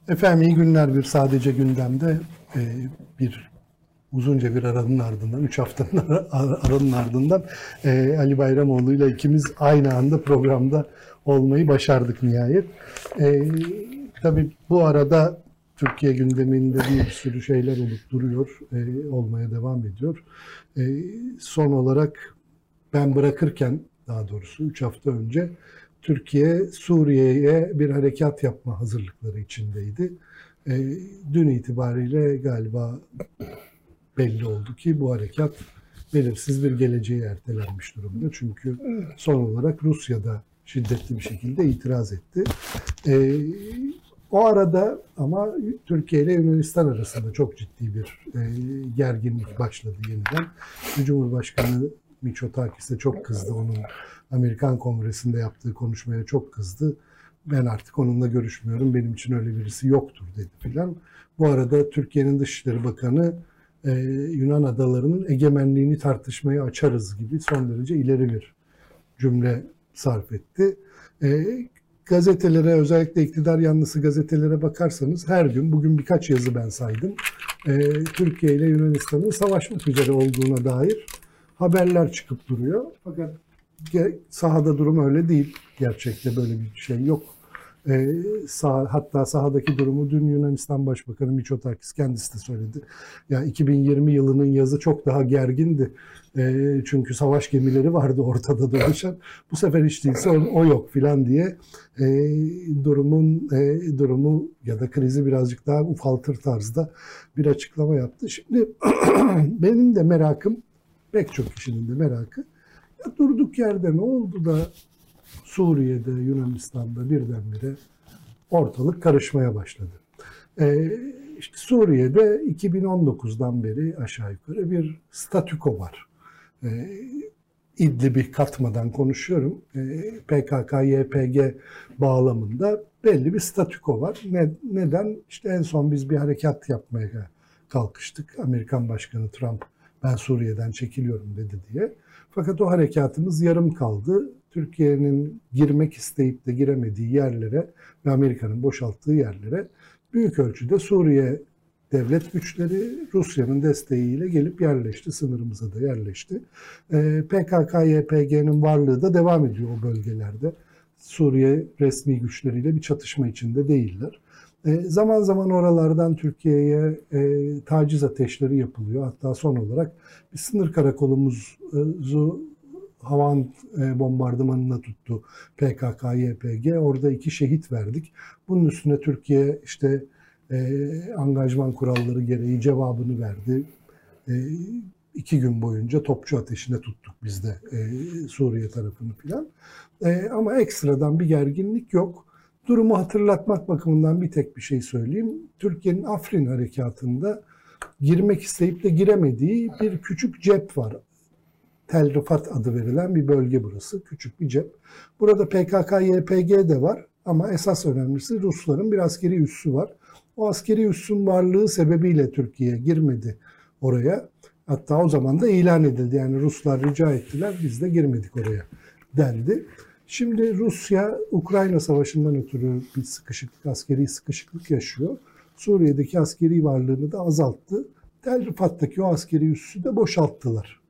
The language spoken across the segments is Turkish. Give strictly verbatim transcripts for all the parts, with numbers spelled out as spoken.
Efendim iyi günler. Bir sadece gündemde e, bir uzunca bir aranın ardından, üç haftanın aranın ardından e, Ali Bayramoğlu ile ikimiz aynı anda programda olmayı başardık nihayet. E, tabii bu arada Türkiye gündeminde bir sürü şeyler olup duruyor, e, olmaya devam ediyor. E, son olarak ben bırakırken, daha doğrusu üç hafta önce Türkiye Suriye'ye bir harekat yapma hazırlıkları içindeydi. E, dün itibariyle galiba belli oldu ki bu harekat belirsiz bir geleceğe ertelenmiş durumda. Çünkü son olarak Rusya da şiddetli bir şekilde itiraz etti. E, o arada ama Türkiye ile Yunanistan arasında çok ciddi bir e, gerginlik başladı yeniden. Cumhurbaşkanı Mitsotakis de çok kızdı. Onun Amerikan Kongresi'nde yaptığı konuşmaya çok kızdı. Ben artık onunla görüşmüyorum, benim için öyle birisi yoktur dedi filan. Bu arada Türkiye'nin Dışişleri Bakanı e, Yunan adalarının egemenliğini tartışmaya açarız gibi son derece ileri bir cümle sarf etti. E, gazetelere, özellikle iktidar yanlısı gazetelere bakarsanız her gün, bugün birkaç yazı ben saydım, e, Türkiye ile Yunanistan'ın savaşmak üzere olduğuna dair haberler çıkıp duruyor. Fakat sahada durum öyle değil. Gerçekte böyle bir şey yok. Ee, sah hatta sahadaki durumu dün Yunanistan Başbakanı Mitsotakis kendisi de söyledi. Ya iki bin yirmi yılının yazı çok daha gergindi. Ee, çünkü savaş gemileri vardı ortada dolaşan. Bu sefer hiç değilse o, o yok filan diye e, durumun e, durumu ya da krizi birazcık daha ufaltır tarzda bir açıklama yaptı. Şimdi benim de merakım, pek çok kişinin de merakı, ya durduk yerde ne oldu da Suriye'de, Yunanistan'da birdenbire ortalık karışmaya başladı. Ee, işte Suriye'de iki bin on dokuzdan beri aşağı yukarı bir statüko var. Ee, İdlib'i katmadan konuşuyorum. Ee, P K K Y P G bağlamında belli bir statüko var. Ne, neden? İşte en son biz bir harekat yapmaya kalkıştık. Amerikan Başkanı Trump, ben Suriye'den çekiliyorum dedi diye. Fakat o harekatımız yarım kaldı. Türkiye'nin girmek isteyip de giremediği yerlere ve Amerika'nın boşalttığı yerlere büyük ölçüde Suriye devlet güçleri Rusya'nın desteğiyle gelip yerleşti. Sınırımıza da yerleşti. P K K Y P G'nin varlığı da devam ediyor o bölgelerde. Suriye resmi güçleriyle bir çatışma içinde değiller. E, zaman zaman oralardan Türkiye'ye e, taciz ateşleri yapılıyor. Hatta son olarak bir sınır karakolumuzu havan e, bombardımanına tuttu P K K Y P G. Orada iki şehit verdik. Bunun üstüne Türkiye işte e, angajman kuralları gereği cevabını verdi. E, iki gün boyunca topçu ateşine tuttuk biz de e, Suriye tarafını filan. E, ama ekstradan bir gerginlik yok. Durumu hatırlatmak bakımından bir tek bir şey söyleyeyim. Türkiye'nin Afrin harekatında girmek isteyip de giremediği bir küçük cep var. Tel Rifat adı verilen bir bölge burası. Küçük bir cep. Burada P K K Y P G de var ama esas önemlisi Rusların bir askeri üssü var. O askeri üssün varlığı sebebiyle Türkiye girmedi oraya. Hatta o zaman da ilan edildi. Yani Ruslar rica ettiler, biz de girmedik oraya dendi. Şimdi Rusya Ukrayna Savaşı'ndan ötürü bir sıkışıklık, askeri sıkışıklık yaşıyor. Suriye'deki askeri varlığını da azalttı. Tel Rifat'taki o askeri üssü de boşalttılar.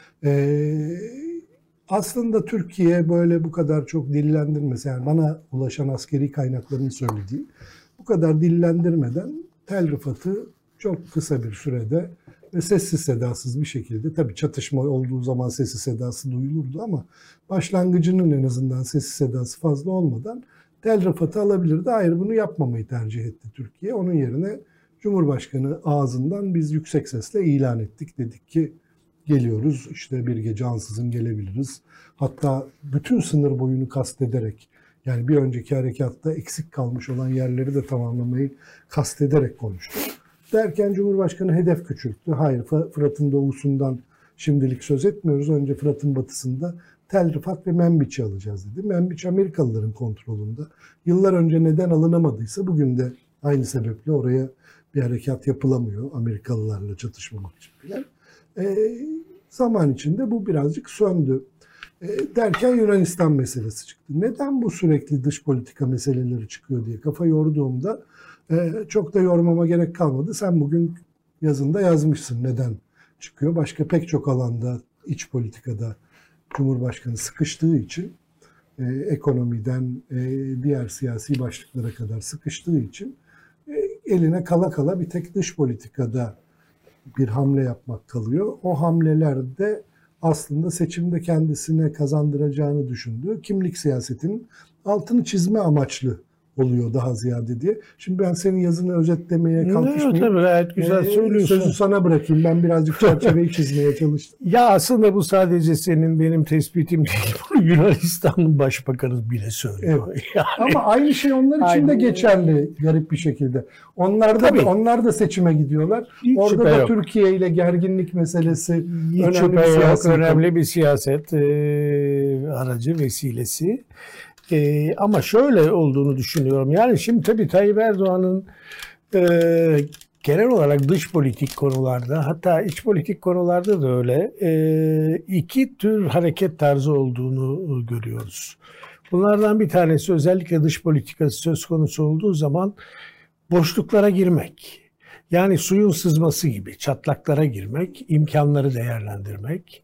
Ee, aslında Türkiye böyle bu kadar çok dillendirmese, yani bana ulaşan askeri kaynakların söylediği, bu kadar dillendirmeden Tel Rifat'ı çok kısa bir sürede ve sessiz sedasız bir şekilde, tabii çatışma olduğu zaman sessiz sedası duyulurdu ama başlangıcının en azından sessiz sedası fazla olmadan Tel Rifat'ı alabilirdi. Hayır, bunu yapmamayı tercih etti Türkiye. Onun yerine Cumhurbaşkanı ağzından biz yüksek sesle ilan ettik. Dedik ki geliyoruz, işte bir gece ansızın gelebiliriz. Hatta bütün sınır boyunu kastederek, yani bir önceki harekatta eksik kalmış olan yerleri de tamamlamayı kastederek konuştuk. Derken Cumhurbaşkanı hedef küçülttü. Hayır, Fırat'ın doğusundan şimdilik söz etmiyoruz. Önce Fırat'ın batısında Tel Rifat ve Menbiç'i alacağız dedi. Menbiç Amerikalıların kontrolünde. Yıllar önce neden alınamadıysa bugün de aynı sebeple oraya bir harekat yapılamıyor Amerikalılarla çatışmamak için falan. E, zaman içinde bu birazcık söndü. E, derken Yunanistan meselesi çıktı. Neden bu sürekli dış politika meseleleri çıkıyor diye kafa yorduğumda e, çok da yormama gerek kalmadı. Sen bugün yazında yazmışsın neden çıkıyor. Başka pek çok alanda iç politikada Cumhurbaşkanı sıkıştığı için e, ekonomiden e, diğer siyasi başlıklara kadar sıkıştığı için e, eline kala kala bir tek dış politikada bir hamle yapmak kalıyor. O hamlelerde aslında seçimde kendisine kazandıracağını düşündüğü kimlik siyasetinin altını çizme amaçlı oluyor daha ziyade diye. Şimdi ben senin yazını özetlemeye kalkışmayayım. Tabii gayet güzel ee, söylüyorsun. Sözü sana bırakayım. Ben birazcık çerçeveyi çizmeye çalıştım. Ya aslında bu sadece senin benim tespitim değil. Bunu Yunanistan'ın başbakanı bile söylüyor. Evet. Yani, ama aynı şey onlar için aynı, de geçerli garip bir şekilde. Onlar da, onlar da seçime gidiyorlar. Hiç orada da yok. Türkiye ile gerginlik meselesi Hiç önemli bir siyaset. Önemli bir siyaset e, aracı vesilesi. Ee, ama şöyle olduğunu düşünüyorum. Yani şimdi tabii Tayyip Erdoğan'ın e, genel olarak dış politik konularda, hatta iç politik konularda da öyle e, iki tür hareket tarzı olduğunu görüyoruz. Bunlardan bir tanesi özellikle dış politikası söz konusu olduğu zaman boşluklara girmek. Yani suyun sızması gibi çatlaklara girmek, imkanları değerlendirmek.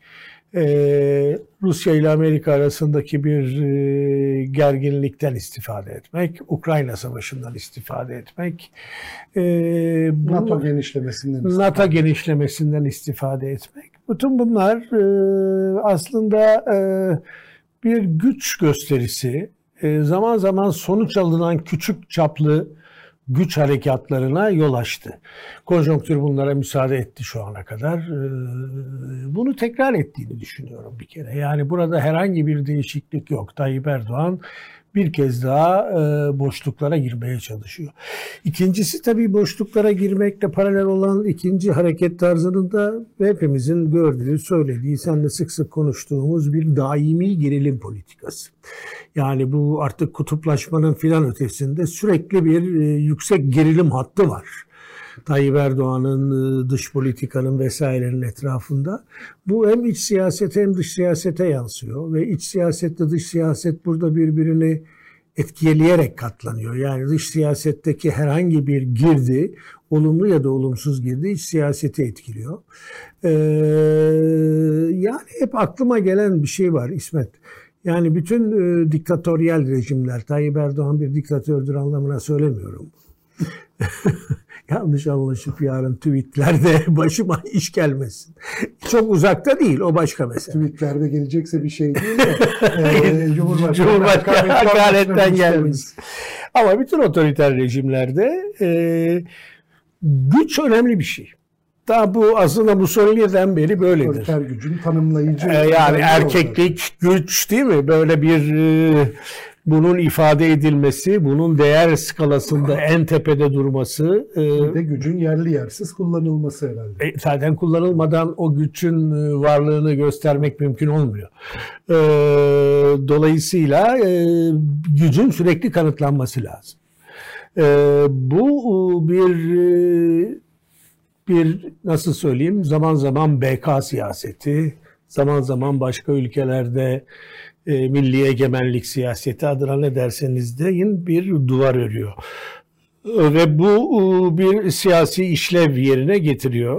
Ee, Rusya ile Amerika arasındaki bir e, gerginlikten istifade etmek, Ukrayna Savaşı'ndan istifade etmek, e, bu, NATO genişlemesinden istifade. NATO genişlemesinden istifade etmek. Bütün bunlar e, aslında e, bir güç gösterisi, e, zaman zaman sonuç alınan küçük çaplı güç harekatlarına yol açtı. Konjonktür bunlara müsaade etti şu ana kadar. Bunu tekrar ettiğini düşünüyorum bir kere. Yani burada herhangi bir değişiklik yok. Tayyip Erdoğan bir kez daha boşluklara girmeye çalışıyor. İkincisi tabii boşluklara girmekle paralel olan ikinci hareket tarzının da hepimizin gördüğü, söylediği, seninle sık sık konuştuğumuz bir daimi gerilim politikası. Yani bu artık kutuplaşmanın filan ötesinde sürekli bir yüksek gerilim hattı var. Tayyip Erdoğan'ın dış politikanın vesairenin etrafında. Bu hem iç siyasete hem dış siyasete yansıyor. Ve iç siyasetle dış siyaset burada birbirini etkileyerek katlanıyor. Yani dış siyasetteki herhangi bir girdi, olumlu ya da olumsuz girdi iç siyaseti etkiliyor. Ee, yani hep aklıma gelen bir şey var İsmet. Yani bütün e, diktatöryel rejimler, Tayyip Erdoğan bir diktatördür anlamına söylemiyorum. Yanlış anlaşıp yarın tweetlerde başıma iş gelmesin. Çok uzakta değil, o başka mesele. Tweetlerde gelecekse bir şey değil de e, Cumhurbaşkanı, Cumhurbaşkanı hakaretten gelmesin. Ama bütün otoriter rejimlerde e, güç önemli bir şey. Daha bu aslında Mussolini'den beri böyledir. Otoriter gücün tanımlayıcı. Ee, yani erkeklik, güç değil mi? Böyle bir e, bunun ifade edilmesi, bunun değer skalasında en tepede durması. E, bir de gücün yerli yersiz kullanılması herhalde. E, zaten kullanılmadan o gücün varlığını göstermek mümkün olmuyor. E, dolayısıyla e, gücün sürekli kanıtlanması lazım. E, bu bir... E, bir nasıl söyleyeyim zaman zaman B K siyaseti, zaman zaman başka ülkelerde e, milli egemenlik siyaseti adına ne derseniz deyin bir duvar örüyor. Ve bu bir siyasi işlev yerine getiriyor.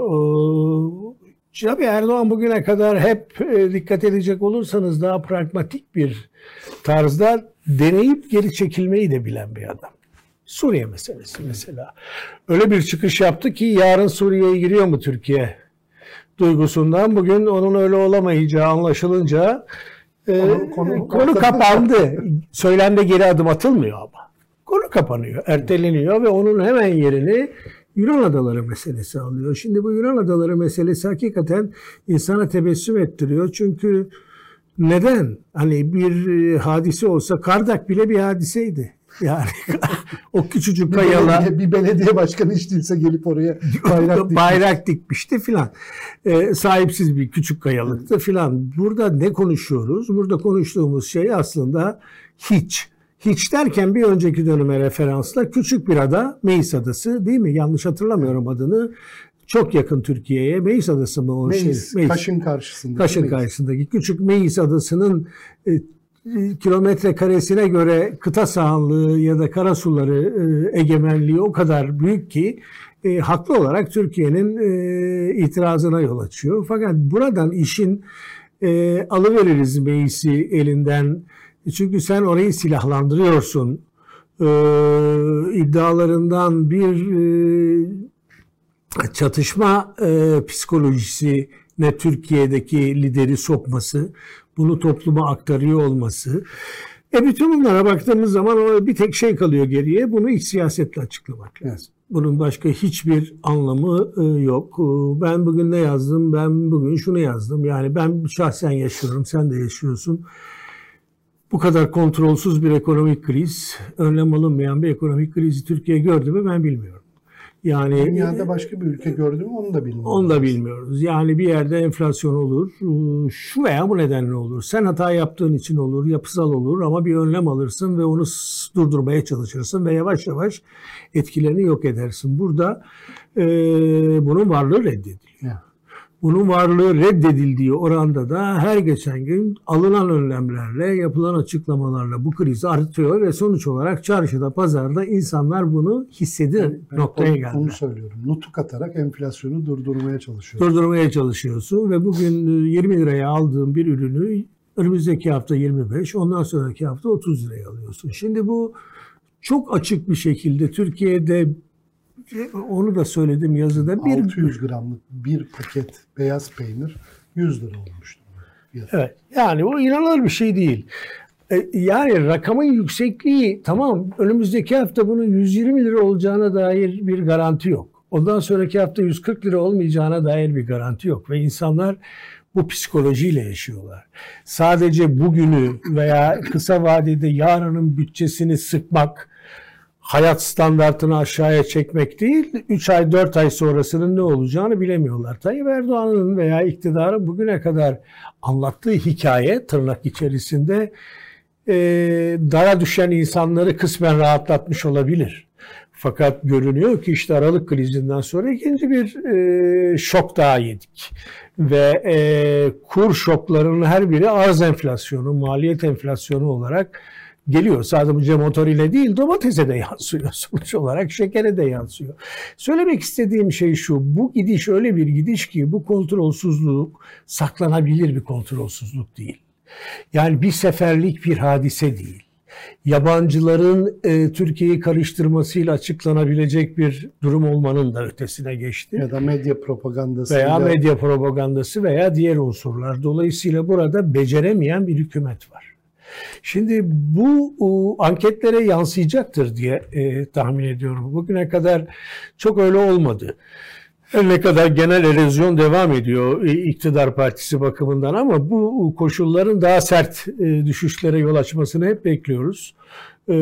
Tabii Erdoğan bugüne kadar hep dikkat edecek olursanız daha pragmatik bir tarzda deneyip geri çekilmeyi de bilen bir adam. Suriye meselesi mesela. Öyle bir çıkış yaptı ki yarın Suriye'ye giriyor mu Türkiye duygusundan bugün onun öyle olamayacağı anlaşılınca e, konu, konu, konu kapandı. Söylemde geri adım atılmıyor ama. Konu kapanıyor, erteleniyor ve onun hemen yerini Yunan adaları meselesi alıyor. Şimdi bu Yunan adaları meselesi hakikaten insana tebessüm ettiriyor. Çünkü neden? Hani bir hadise olsa Kardak bile bir hadiseydi. Yani o küçücük kayalar. Bir belediye başkanı hiç değilse gelip oraya bayrak dikmişti. Bayrak dikmişti filan. E, sahipsiz bir küçük kayalıktı filan. Burada ne konuşuyoruz? Burada konuştuğumuz şey aslında hiç. Hiç derken bir önceki döneme referansla küçük bir ada, Meis Adası değil mi? Yanlış hatırlamıyorum adını. çok yakın Türkiye'ye. Meis Adası mı o Meis, şey? Meis. Kaş'ın karşısında. Kaş'ın karşısındaki küçük Meis Adası'nın e, kilometre karesine göre kıta sahanlığı ya da karasuları e, egemenliği o kadar büyük ki e, haklı olarak Türkiye'nin e, itirazına yol açıyor. Fakat buradan işin e, alıveririz Meis'i elinden. Çünkü sen orayı silahlandırıyorsun. E, iddialarından bir e, çatışma e, psikolojisine Türkiye'deki lideri sokması, bunu topluma aktarıyor olması. E bütün bunlara baktığımız zaman bir tek şey kalıyor geriye. Bunu iç siyasetle açıklamak lazım. Bunun başka hiçbir anlamı yok. Ben bugün ne yazdım? Ben bugün şunu yazdım. Yani ben şahsen yaşıyorum, sen de yaşıyorsun. Bu kadar kontrolsüz bir ekonomik kriz, önlem alınmayan bir ekonomik krizi Türkiye gördü mü ben bilmiyorum. Yani dünyada başka bir ülke gördü mü onu da bilmiyoruz. Onu da bilmiyoruz. Yani bir yerde enflasyon olur, şu veya bu nedenle olur. Sen hata yaptığın için olur, yapısal olur ama bir önlem alırsın ve onu durdurmaya çalışırsın ve yavaş yavaş etkilerini yok edersin. Burada e, bunun varlığı reddediliyor. Yeah. Bunun varlığı reddedildiği oranda da her geçen gün alınan önlemlerle, yapılan açıklamalarla bu kriz artıyor ve sonuç olarak çarşıda, pazarda insanlar bunu hissediyor yani, noktaya geldi. Onu söylüyorum. Nutuk atarak enflasyonu durdurmaya çalışıyorsun. Durdurmaya çalışıyorsun ve bugün yirmi liraya aldığın bir ürünü önümüzdeki hafta yirmi beş, ondan sonraki hafta otuz liraya alıyorsun. Şimdi bu çok açık bir şekilde Türkiye'de, onu da söyledim yazıda. Bir, altı yüz gramlık bir paket beyaz peynir yüz lira olmuştu. Evet, yani o inanılır bir şey değil. Yani rakamın yüksekliği tamam, önümüzdeki hafta bunun yüz yirmi lira olacağına dair bir garanti yok. Ondan sonraki hafta yüz kırk lira olmayacağına dair bir garanti yok. Ve insanlar bu psikolojiyle yaşıyorlar. Sadece bugünü veya kısa vadede yarının bütçesini sıkmak, hayat standartını aşağıya çekmek değil, üç ay dört ay sonrasının ne olacağını bilemiyorlar. Tayyip Erdoğan'ın veya iktidarın bugüne kadar anlattığı hikaye tırnak içerisinde e, dara düşen insanları kısmen rahatlatmış olabilir. Fakat görünüyor ki işte Aralık krizinden sonra ikinci bir e, şok daha yedik. Ve e, kur şoklarının her biri arz enflasyonu, maliyet enflasyonu olarak geliyor. Sadece motor ile değil, domatese de yansıyor. Sonuç olarak şekere de yansıyor. Söylemek istediğim şey şu, bu gidiş öyle bir gidiş ki bu kontrolsüzlük saklanabilir bir kontrolsüzlük değil. Yani bir seferlik bir hadise değil. Yabancıların e, Türkiye'yi karıştırmasıyla açıklanabilecek bir durum olmanın da ötesine geçti. Ya da medya propagandası. Veya medya propagandası veya diğer unsurlar. Dolayısıyla burada beceremeyen bir hükümet var. Şimdi bu o, anketlere yansıyacaktır diye e, tahmin ediyorum. Bugüne kadar çok öyle olmadı. Her ne kadar genel erozyon devam ediyor e, iktidar partisi bakımından ama bu koşulların daha sert e, düşüşlere yol açmasını hep bekliyoruz. E,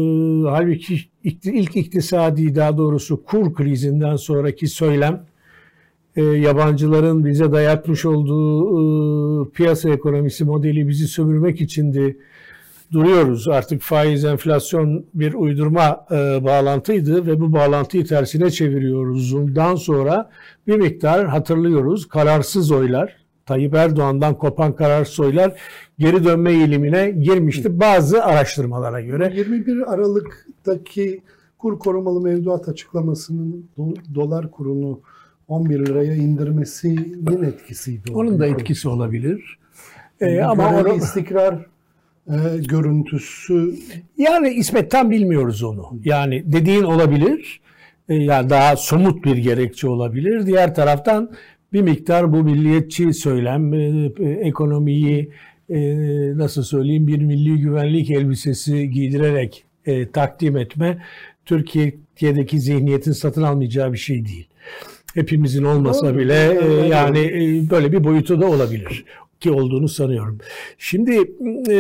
halbuki ilk iktisadi, daha doğrusu kur krizinden sonraki söylem, e, yabancıların bize dayatmış olduğu e, piyasa ekonomisi modeli bizi sömürmek içindi. Duruyoruz. Artık faiz, enflasyon bir uydurma e, bağlantıydı ve bu bağlantıyı tersine çeviriyoruz. Bundan sonra bir miktar hatırlıyoruz. Kararsız oylar, Tayyip Erdoğan'dan kopan kararsız oylar geri dönme eğilimine girmişti bazı araştırmalara göre. yirmi bir Aralık'taki kur korumalı mevduat açıklamasının do- dolar kurunu on bir liraya indirmesinin etkisiydi. Onun da etkisi olabilir. Ee, ama onu istikrar E, görüntüsü, yani İsmet tam bilmiyoruz onu. Yani dediğin olabilir. E, yani daha somut bir gerekçe olabilir. Diğer taraftan bir miktar bu milliyetçi söylem, e, e, ekonomiyi e, nasıl söyleyeyim bir milli güvenlik elbisesi giydirerek e, takdim etme Türkiye'deki zihniyetin satın almayacağı bir şey değil. Hepimizin olmasa bile e, yani e, böyle bir boyutu da olabilir. Ki olduğunu sanıyorum. Şimdi e,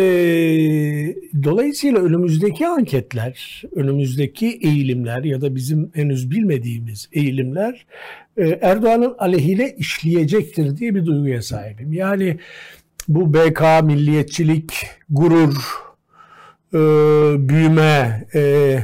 dolayısıyla önümüzdeki anketler, önümüzdeki eğilimler ya da bizim henüz bilmediğimiz eğilimler e, Erdoğan'ın aleyhine işleyecektir diye bir duyguya sahibim. Yani bu B K, milliyetçilik, gurur, e, büyüme, e,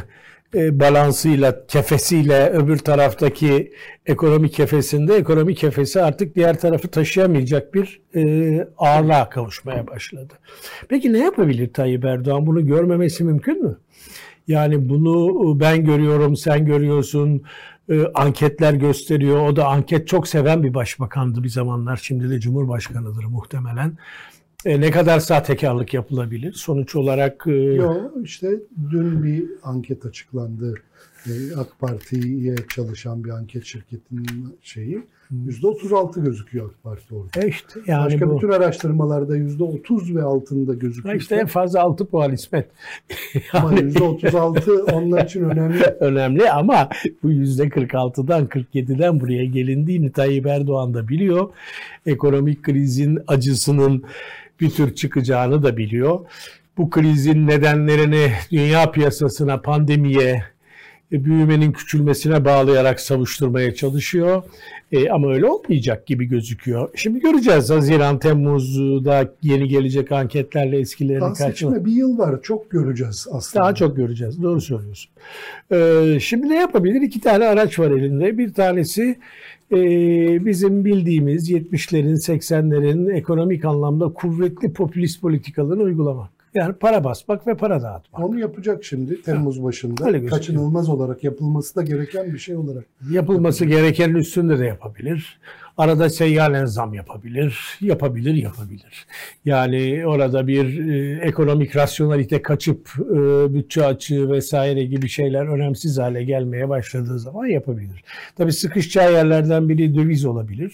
e, balansıyla, kefesiyle öbür taraftaki ekonomi kefesinde ekonomi kefesi artık diğer tarafı taşıyamayacak bir e, ağırlığa kavuşmaya başladı. Peki ne yapabilir Tayyip Erdoğan? Bunu görmemesi mümkün mü? Yani bunu ben görüyorum, sen görüyorsun, e, anketler gösteriyor. O da anket çok seven bir başbakandı bir zamanlar. Şimdi de Cumhurbaşkanıdır muhtemelen. E, ne kadar sahtekarlık yapılabilir? Sonuç olarak... E... Yok, işte dün bir anket açıklandı. E, AK Parti'ye çalışan bir anket şirketinin şeyi. yüzde otuz altı gözüküyor AK Parti orada. E işte yani Başka bu... bütün araştırmalarda yüzde otuz ve altında gözüküyor. İşte en fazla altı puan İsmet. Ama yani... yüzde otuz altı onlar için önemli. Önemli ama bu yüzde kırk altıdan kırk yediden buraya gelindiğini Tayyip Erdoğan da biliyor. Ekonomik krizin acısının bir tür çıkacağını da biliyor. Bu krizin nedenlerini dünya piyasasına, pandemiye, büyümenin küçülmesine bağlayarak savuşturmaya çalışıyor. E, ama öyle olmayacak gibi gözüküyor. Şimdi göreceğiz. Haziran, Temmuz'da yeni gelecek anketlerle eskilerini karşılaştırma. Bir yıl var. Çok göreceğiz aslında. Daha çok göreceğiz. Doğru söylüyorsun. E, şimdi ne yapabilir? İki tane araç var elinde. Bir tanesi e, bizim bildiğimiz yetmişlerin, seksenlerin ekonomik anlamda kuvvetli popülist politikalarını uygulamak. Yani para basmak ve para dağıtmak. Onu yapacak şimdi Temmuz başında. Öyle kaçınılmaz olarak yapılması da gereken bir şey olarak. Yapılması gerekenin üstünde de yapabilir. Arada seyyalen zam yapabilir. Yapabilir, yapabilir. Yani orada bir e, ekonomik rasyonalite kaçıp e, bütçe açığı vesaire gibi şeyler önemsiz hale gelmeye başladığı zaman yapabilir. Tabii sıkışacağı yerlerden biri döviz olabilir.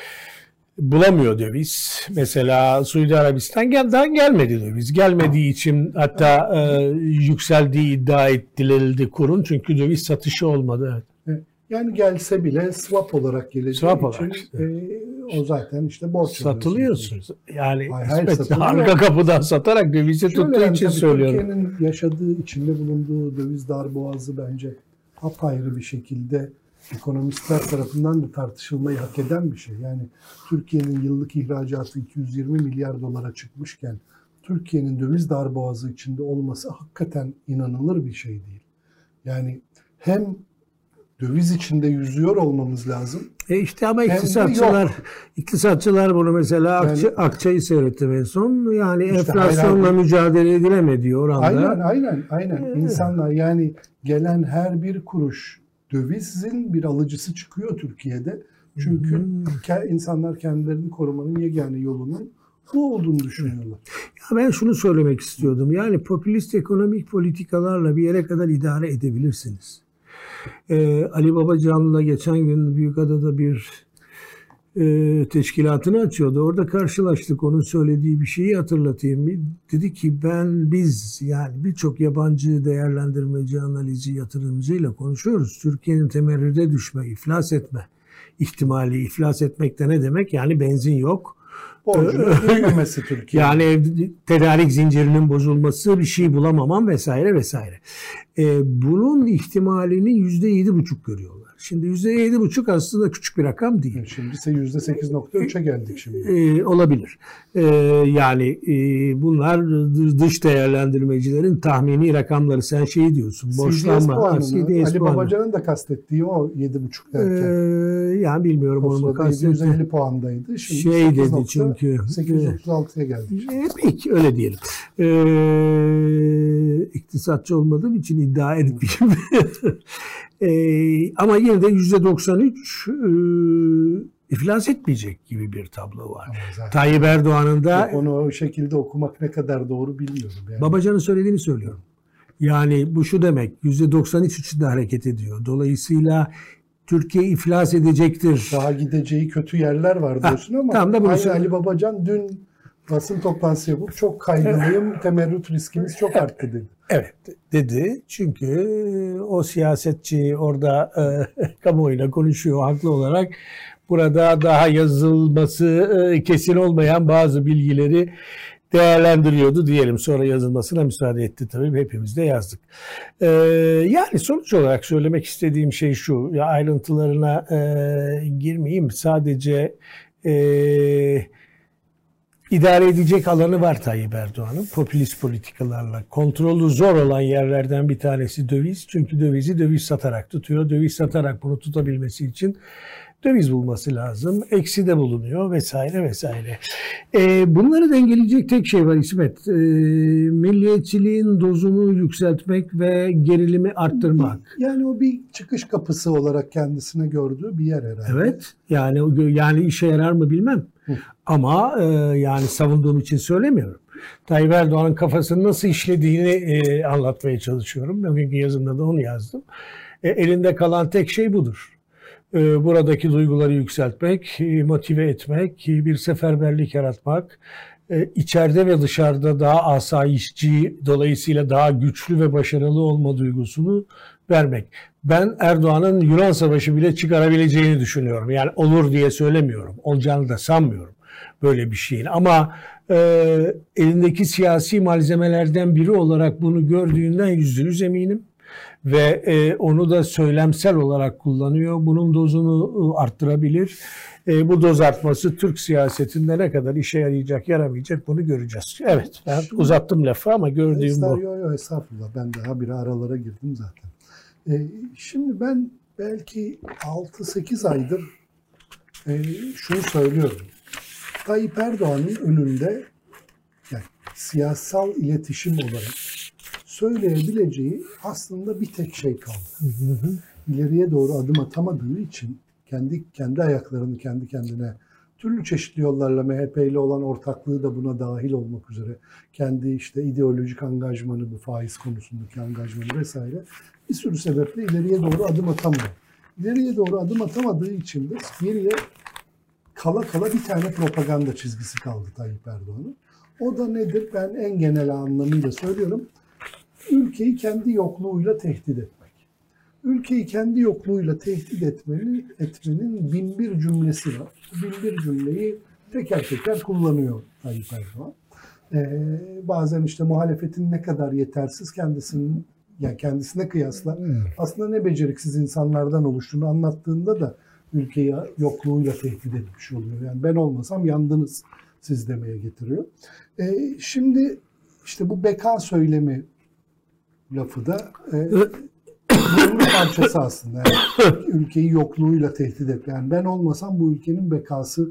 Bulamıyor döviz. Mesela Suudi Arabistan'dan gelmedi döviz. Gelmediği için hatta e, yükseldiği iddia edildi kurun. Çünkü döviz satışı olmadı. Evet. Yani gelse bile swap olarak geleceği swap için olarak işte. e, o zaten işte borç satılıyorsunuz. Yani hayır, hayır, arka kapıdan satarak dövizi tuttuğu yani, için söylüyorum. Türkiye'nin yaşadığı, içinde bulunduğu döviz darboğazı bence apayrı bir şekilde ekonomistler tarafından da tartışılmayı hak eden bir şey. Yani Türkiye'nin yıllık ihracatı iki yüz yirmi milyar dolara çıkmışken Türkiye'nin döviz darboğazı içinde olması hakikaten inanılır bir şey değil. Yani hem döviz içinde yüzüyor olmamız lazım. E işte ama iktisatçılar iktisatçılar bunu mesela yani, Akça, Akçay'ı seyrettim en son. Yani işte enflasyonla hayran, mücadele edilemediği oranda. Aynen aynen aynen. Ee. İnsanlar yani gelen her bir kuruş dövizin bir alıcısı çıkıyor Türkiye'de. Çünkü hmm. insanlar kendilerini korumanın yegane yolunun bu olduğunu düşünüyorlar. Ya ben şunu söylemek istiyordum. Yani popülist ekonomik politikalarla bir yere kadar idare edebilirsiniz. Ee, Ali Babacan'la geçen gün Büyükada'da bir e, teşkilatını açıyordu. Orada karşılaştık. Onun söylediği bir şeyi hatırlatayım. Dedi ki ben biz yani birçok yabancı değerlendirmeci, analizci, yatırımcıyla konuşuyoruz. Türkiye'nin temerrüde düşme, iflas etme ihtimali. İflas etmek de ne demek? Yani benzin yok. Borcunu ödememesi Türkiye. Yani ev, tedarik zincirinin bozulması, bir şey bulamamam vesaire vesaire. Ee, bunun ihtimalini yüzde yedi buçuk görüyorlar. Şimdi yüzde yedi buçuk aslında küçük bir rakam değil. Şimdi ise yüzde sekiz nokta üçe geldik şimdi. Ee, olabilir. Ee, yani e, bunlar dış değerlendirmecilerin tahmini rakamları. Sen şeyi diyorsun. Borçlanma. Ali Babacan'ın da kastettiği o yedi buçuk derken. Ee, yani bilmiyorum onu kastettiği. yüz elli puandaydı. Şimdi şey dedi çünkü. sekiz yüz otuz altıya geldik. E, peki öyle diyelim. Ee, iktisatçı olmadığım için iddia etmeyeyim. Ee, ama yine de yüzde doksan üç e, iflas etmeyecek gibi bir tablo var. Tayyip Erdoğan'ın da... Onu o şekilde okumak ne kadar doğru bilmiyorum. Yani. Babacan'ın söylediğini söylüyorum. Yani bu şu demek, yüzde doksan üç içinde hareket ediyor. Dolayısıyla Türkiye iflas edecektir. Daha gideceği kötü yerler var diyorsun ha, ama tam da aynı Ali Babacan dün basın toplantısı yapıp çok kaygılıyım, temerrüt riskimiz çok arttı dedi. Evet dedi çünkü o siyasetçi orada e, kamuoyuyla konuşuyor haklı olarak. Burada daha yazılması e, kesin olmayan bazı bilgileri değerlendiriyordu diyelim. Sonra yazılmasına müsaade etti tabii. Hepimiz de yazdık. Ee, yani sonuç olarak söylemek istediğim şey şu. Ya ayrıntılarına e, girmeyeyim. Sadece e, idare edecek alanı var Tayyip Erdoğan'ın popülist politikalarla. Kontrolü zor olan yerlerden bir tanesi döviz. Çünkü dövizi döviz satarak tutuyor. Döviz satarak bunu tutabilmesi için döviz bulması lazım. Eksi de bulunuyor vesaire vesaire. E, bunları dengeleyecek tek şey var İsmet. E, milliyetçiliğin dozunu yükseltmek ve gerilimi arttırmak. Yani o bir çıkış kapısı olarak kendisine gördüğü bir yer herhalde. Evet. Yani o yani işe yarar mı bilmem. Hı. Ama e, yani savunduğum için söylemiyorum. Tayyip Erdoğan'ın kafasının nasıl işlediğini e, anlatmaya çalışıyorum. Bugünkü yazımda da onu yazdım. E, elinde kalan tek şey budur. Buradaki duyguları yükseltmek, motive etmek, bir seferberlik yaratmak, içeride ve dışarıda daha asayişçi, dolayısıyla daha güçlü ve başarılı olma duygusunu vermek. Ben Erdoğan'ın Yunan Savaşı bile çıkarabileceğini düşünüyorum. Yani olur diye söylemiyorum. Olacağını da sanmıyorum böyle bir şeyin. Ama e, elindeki siyasi malzemelerden biri olarak bunu gördüğünden yüzde yüz eminim. Ve e, onu da söylemsel olarak kullanıyor. Bunun dozunu arttırabilir. E, bu doz artması Türk siyasetinde ne kadar işe yarayacak, yaramayacak bunu göreceğiz. Evet, ben şimdi, uzattım lafı ama gördüğüm bu. Yok yok estağfurullah. Ben daha bir aralara girdim zaten. E, şimdi ben belki altı sekiz aydır e, şunu söylüyorum. Tayyip Erdoğan'ın önünde yani siyasal iletişim olarak söyleyebileceği aslında bir tek şey kaldı. Hı hı. İleriye doğru adım atamadığı için kendi kendi ayaklarını kendi kendine türlü çeşitli yollarla M H P ile olan ortaklığı da buna dahil olmak üzere kendi işte ideolojik angajmanı, bu faiz konusundaki angajmanı vesaire bir sürü sebeple ileriye doğru adım atamıyor. İleriye doğru adım atamadığı için de geriye kala kala bir tane propaganda çizgisi kaldı Tayyip Erdoğan'ın. O da nedir? Ben en genel anlamıyla söylüyorum. Ülkeyi kendi yokluğuyla tehdit etmek. Ülkeyi kendi yokluğuyla tehdit etmenin, etmenin bin bir cümlesi var. Bin bir cümleyi teker teker kullanıyor Tayyip Erdoğan. Ee, bazen işte muhalefetin ne kadar yetersiz kendisinin, yani kendisine kıyasla aslında ne beceriksiz insanlardan oluştuğunu anlattığında da ülkeyi yokluğuyla tehdit etmiş oluyor. Yani ben olmasam yandınız siz demeye getiriyor. Ee, şimdi işte bu beka söylemi lafı da e, bunun bir parçası aslında. Yani ülkeyi yokluğuyla tehdit et. Yani ben olmasam bu ülkenin bekası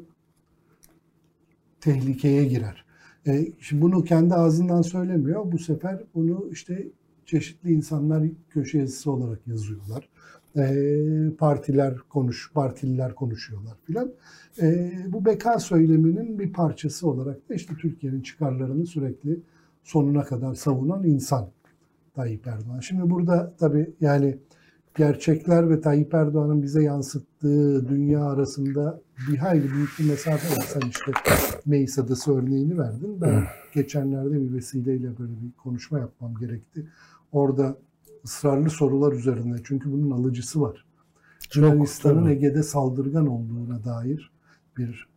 tehlikeye girer. E, şimdi bunu kendi ağzından söylemiyor. Bu sefer bunu işte çeşitli insanlar köşe yazısı olarak yazıyorlar. E, partiler konuş, partililer konuşuyorlar filan. E, bu beka söyleminin bir parçası olarak da işte Türkiye'nin çıkarlarını sürekli sonuna kadar savunan insan Tayyip Erdoğan. Şimdi burada tabii yani gerçekler ve Tayyip Erdoğan'ın bize yansıttığı dünya arasında bir hayli büyük bir mesafe var. Sen işte Meis Adası örneğini verdin. Ben geçenlerde bir vesileyle böyle bir konuşma yapmam gerekti. Orada ısrarlı sorular üzerine, çünkü bunun alıcısı var. Yunanistan'ın Ege'de saldırgan olduğuna dair bir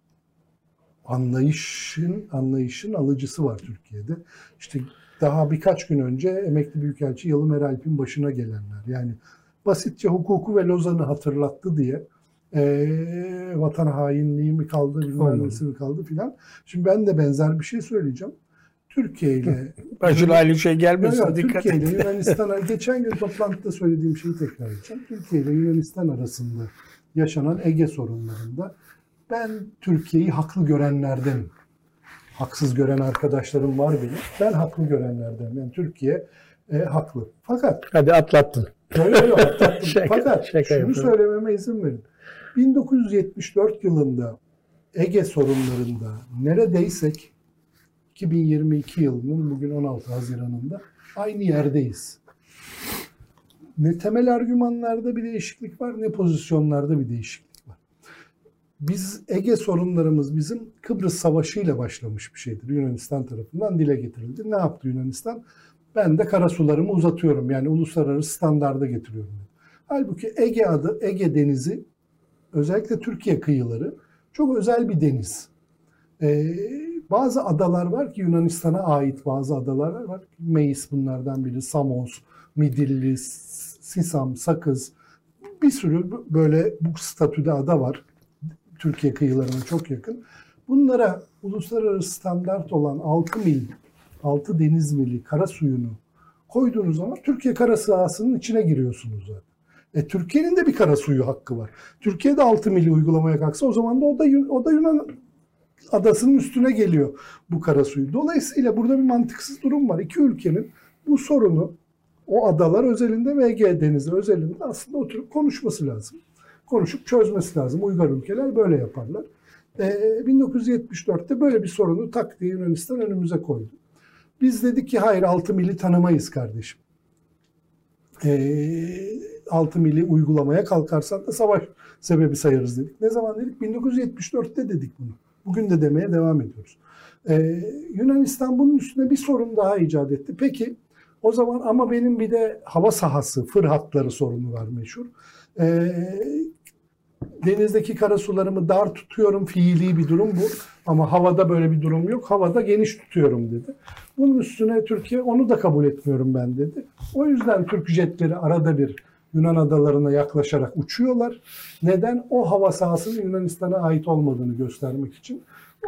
anlayışın anlayışın alıcısı var Türkiye'de. İşte daha birkaç gün önce emekli büyükelçi Yalın Eralp'in başına gelenler. Yani basitçe hukuku ve Lozan'ı hatırlattı diye e, vatan hainliği mi kaldı, bilmem nesi mi kaldı filan. Şimdi ben de benzer bir şey söyleyeceğim. Türkiye ile başına aynı şey gelmesin, dikkat Türkiye ile Yunanistan'a geçen gün toplantıda söylediğim şeyi tekrar edeceğim. Türkiye ile Yunanistan arasında yaşanan Ege sorunlarında ben Türkiye'yi haklı görenlerdenim. Haksız gören arkadaşlarım var benim. Ben haklı görenlerden. Yani Türkiye e, haklı. Fakat hadi atlattın. Öyle öyle atlattım. şaka, Fakat şaka şunu yapıyorum. söylememe izin verin. bin dokuz yüz yetmiş dört yılında Ege sorunlarında neredeysek iki bin yirmi iki yılının bugün on altı Haziran'ında aynı yerdeyiz. Ne temel argümanlarda bir değişiklik var, ne pozisyonlarda bir değişiklik var. Biz Ege sorunlarımız bizim Kıbrıs Savaşı ile başlamış bir şeydir. Yunanistan tarafından dile getirildi. Ne yaptı Yunanistan? Ben de karasularımı uzatıyorum. Yani uluslararası standarda getiriyorum. Halbuki Ege adı, Ege Denizi, özellikle Türkiye kıyıları çok özel bir deniz. Ee, bazı adalar var ki Yunanistan'a ait bazı adalar var. Meis bunlardan biri, Samos, Midilli, Sisam, Sakız. Bir sürü böyle bu statüde ada var. Türkiye kıyılarına çok yakın. Bunlara uluslararası standart olan altı mil, altı deniz mili kara suyunu koyduğunuz zaman Türkiye kara sahasının içine giriyorsunuz zaten. E, Türkiye'nin de bir kara suyu hakkı var. Türkiye'de altı mili uygulamaya kalksa o zaman da o da, o da Yunan adasının üstüne geliyor bu kara suyu. Dolayısıyla burada bir mantıksız durum var. İki ülkenin bu sorunu o adalar özelinde ve Ege Denizi özelinde aslında oturup konuşması lazım. Konuşup çözmesi lazım. Uygar ülkeler böyle yaparlar. Ee, bin dokuz yüz yetmiş dörtte böyle bir sorunu tak diye Yunanistan önümüze koydu. Biz dedik ki hayır altı mili tanımayız kardeşim. Ee, altı mili uygulamaya kalkarsan da savaş sebebi sayarız dedik. Ne zaman dedik? bin dokuz yüz yetmiş dörtte dedik bunu. Bugün de demeye devam ediyoruz. Ee, Yunanistan bunun üstüne bir sorun daha icat etti. Peki o zaman ama benim bir de hava sahası, fır hatları sorunu var meşhur. Ee, denizdeki karasularımı dar tutuyorum, fiili bir durum bu. Ama havada böyle bir durum yok. Havada geniş tutuyorum dedi. Bunun üstüne Türkiye onu da kabul etmiyorum ben dedi. O yüzden Türk jetleri arada bir Yunan adalarına yaklaşarak uçuyorlar. Neden? O hava sahasının Yunanistan'a ait olmadığını göstermek için.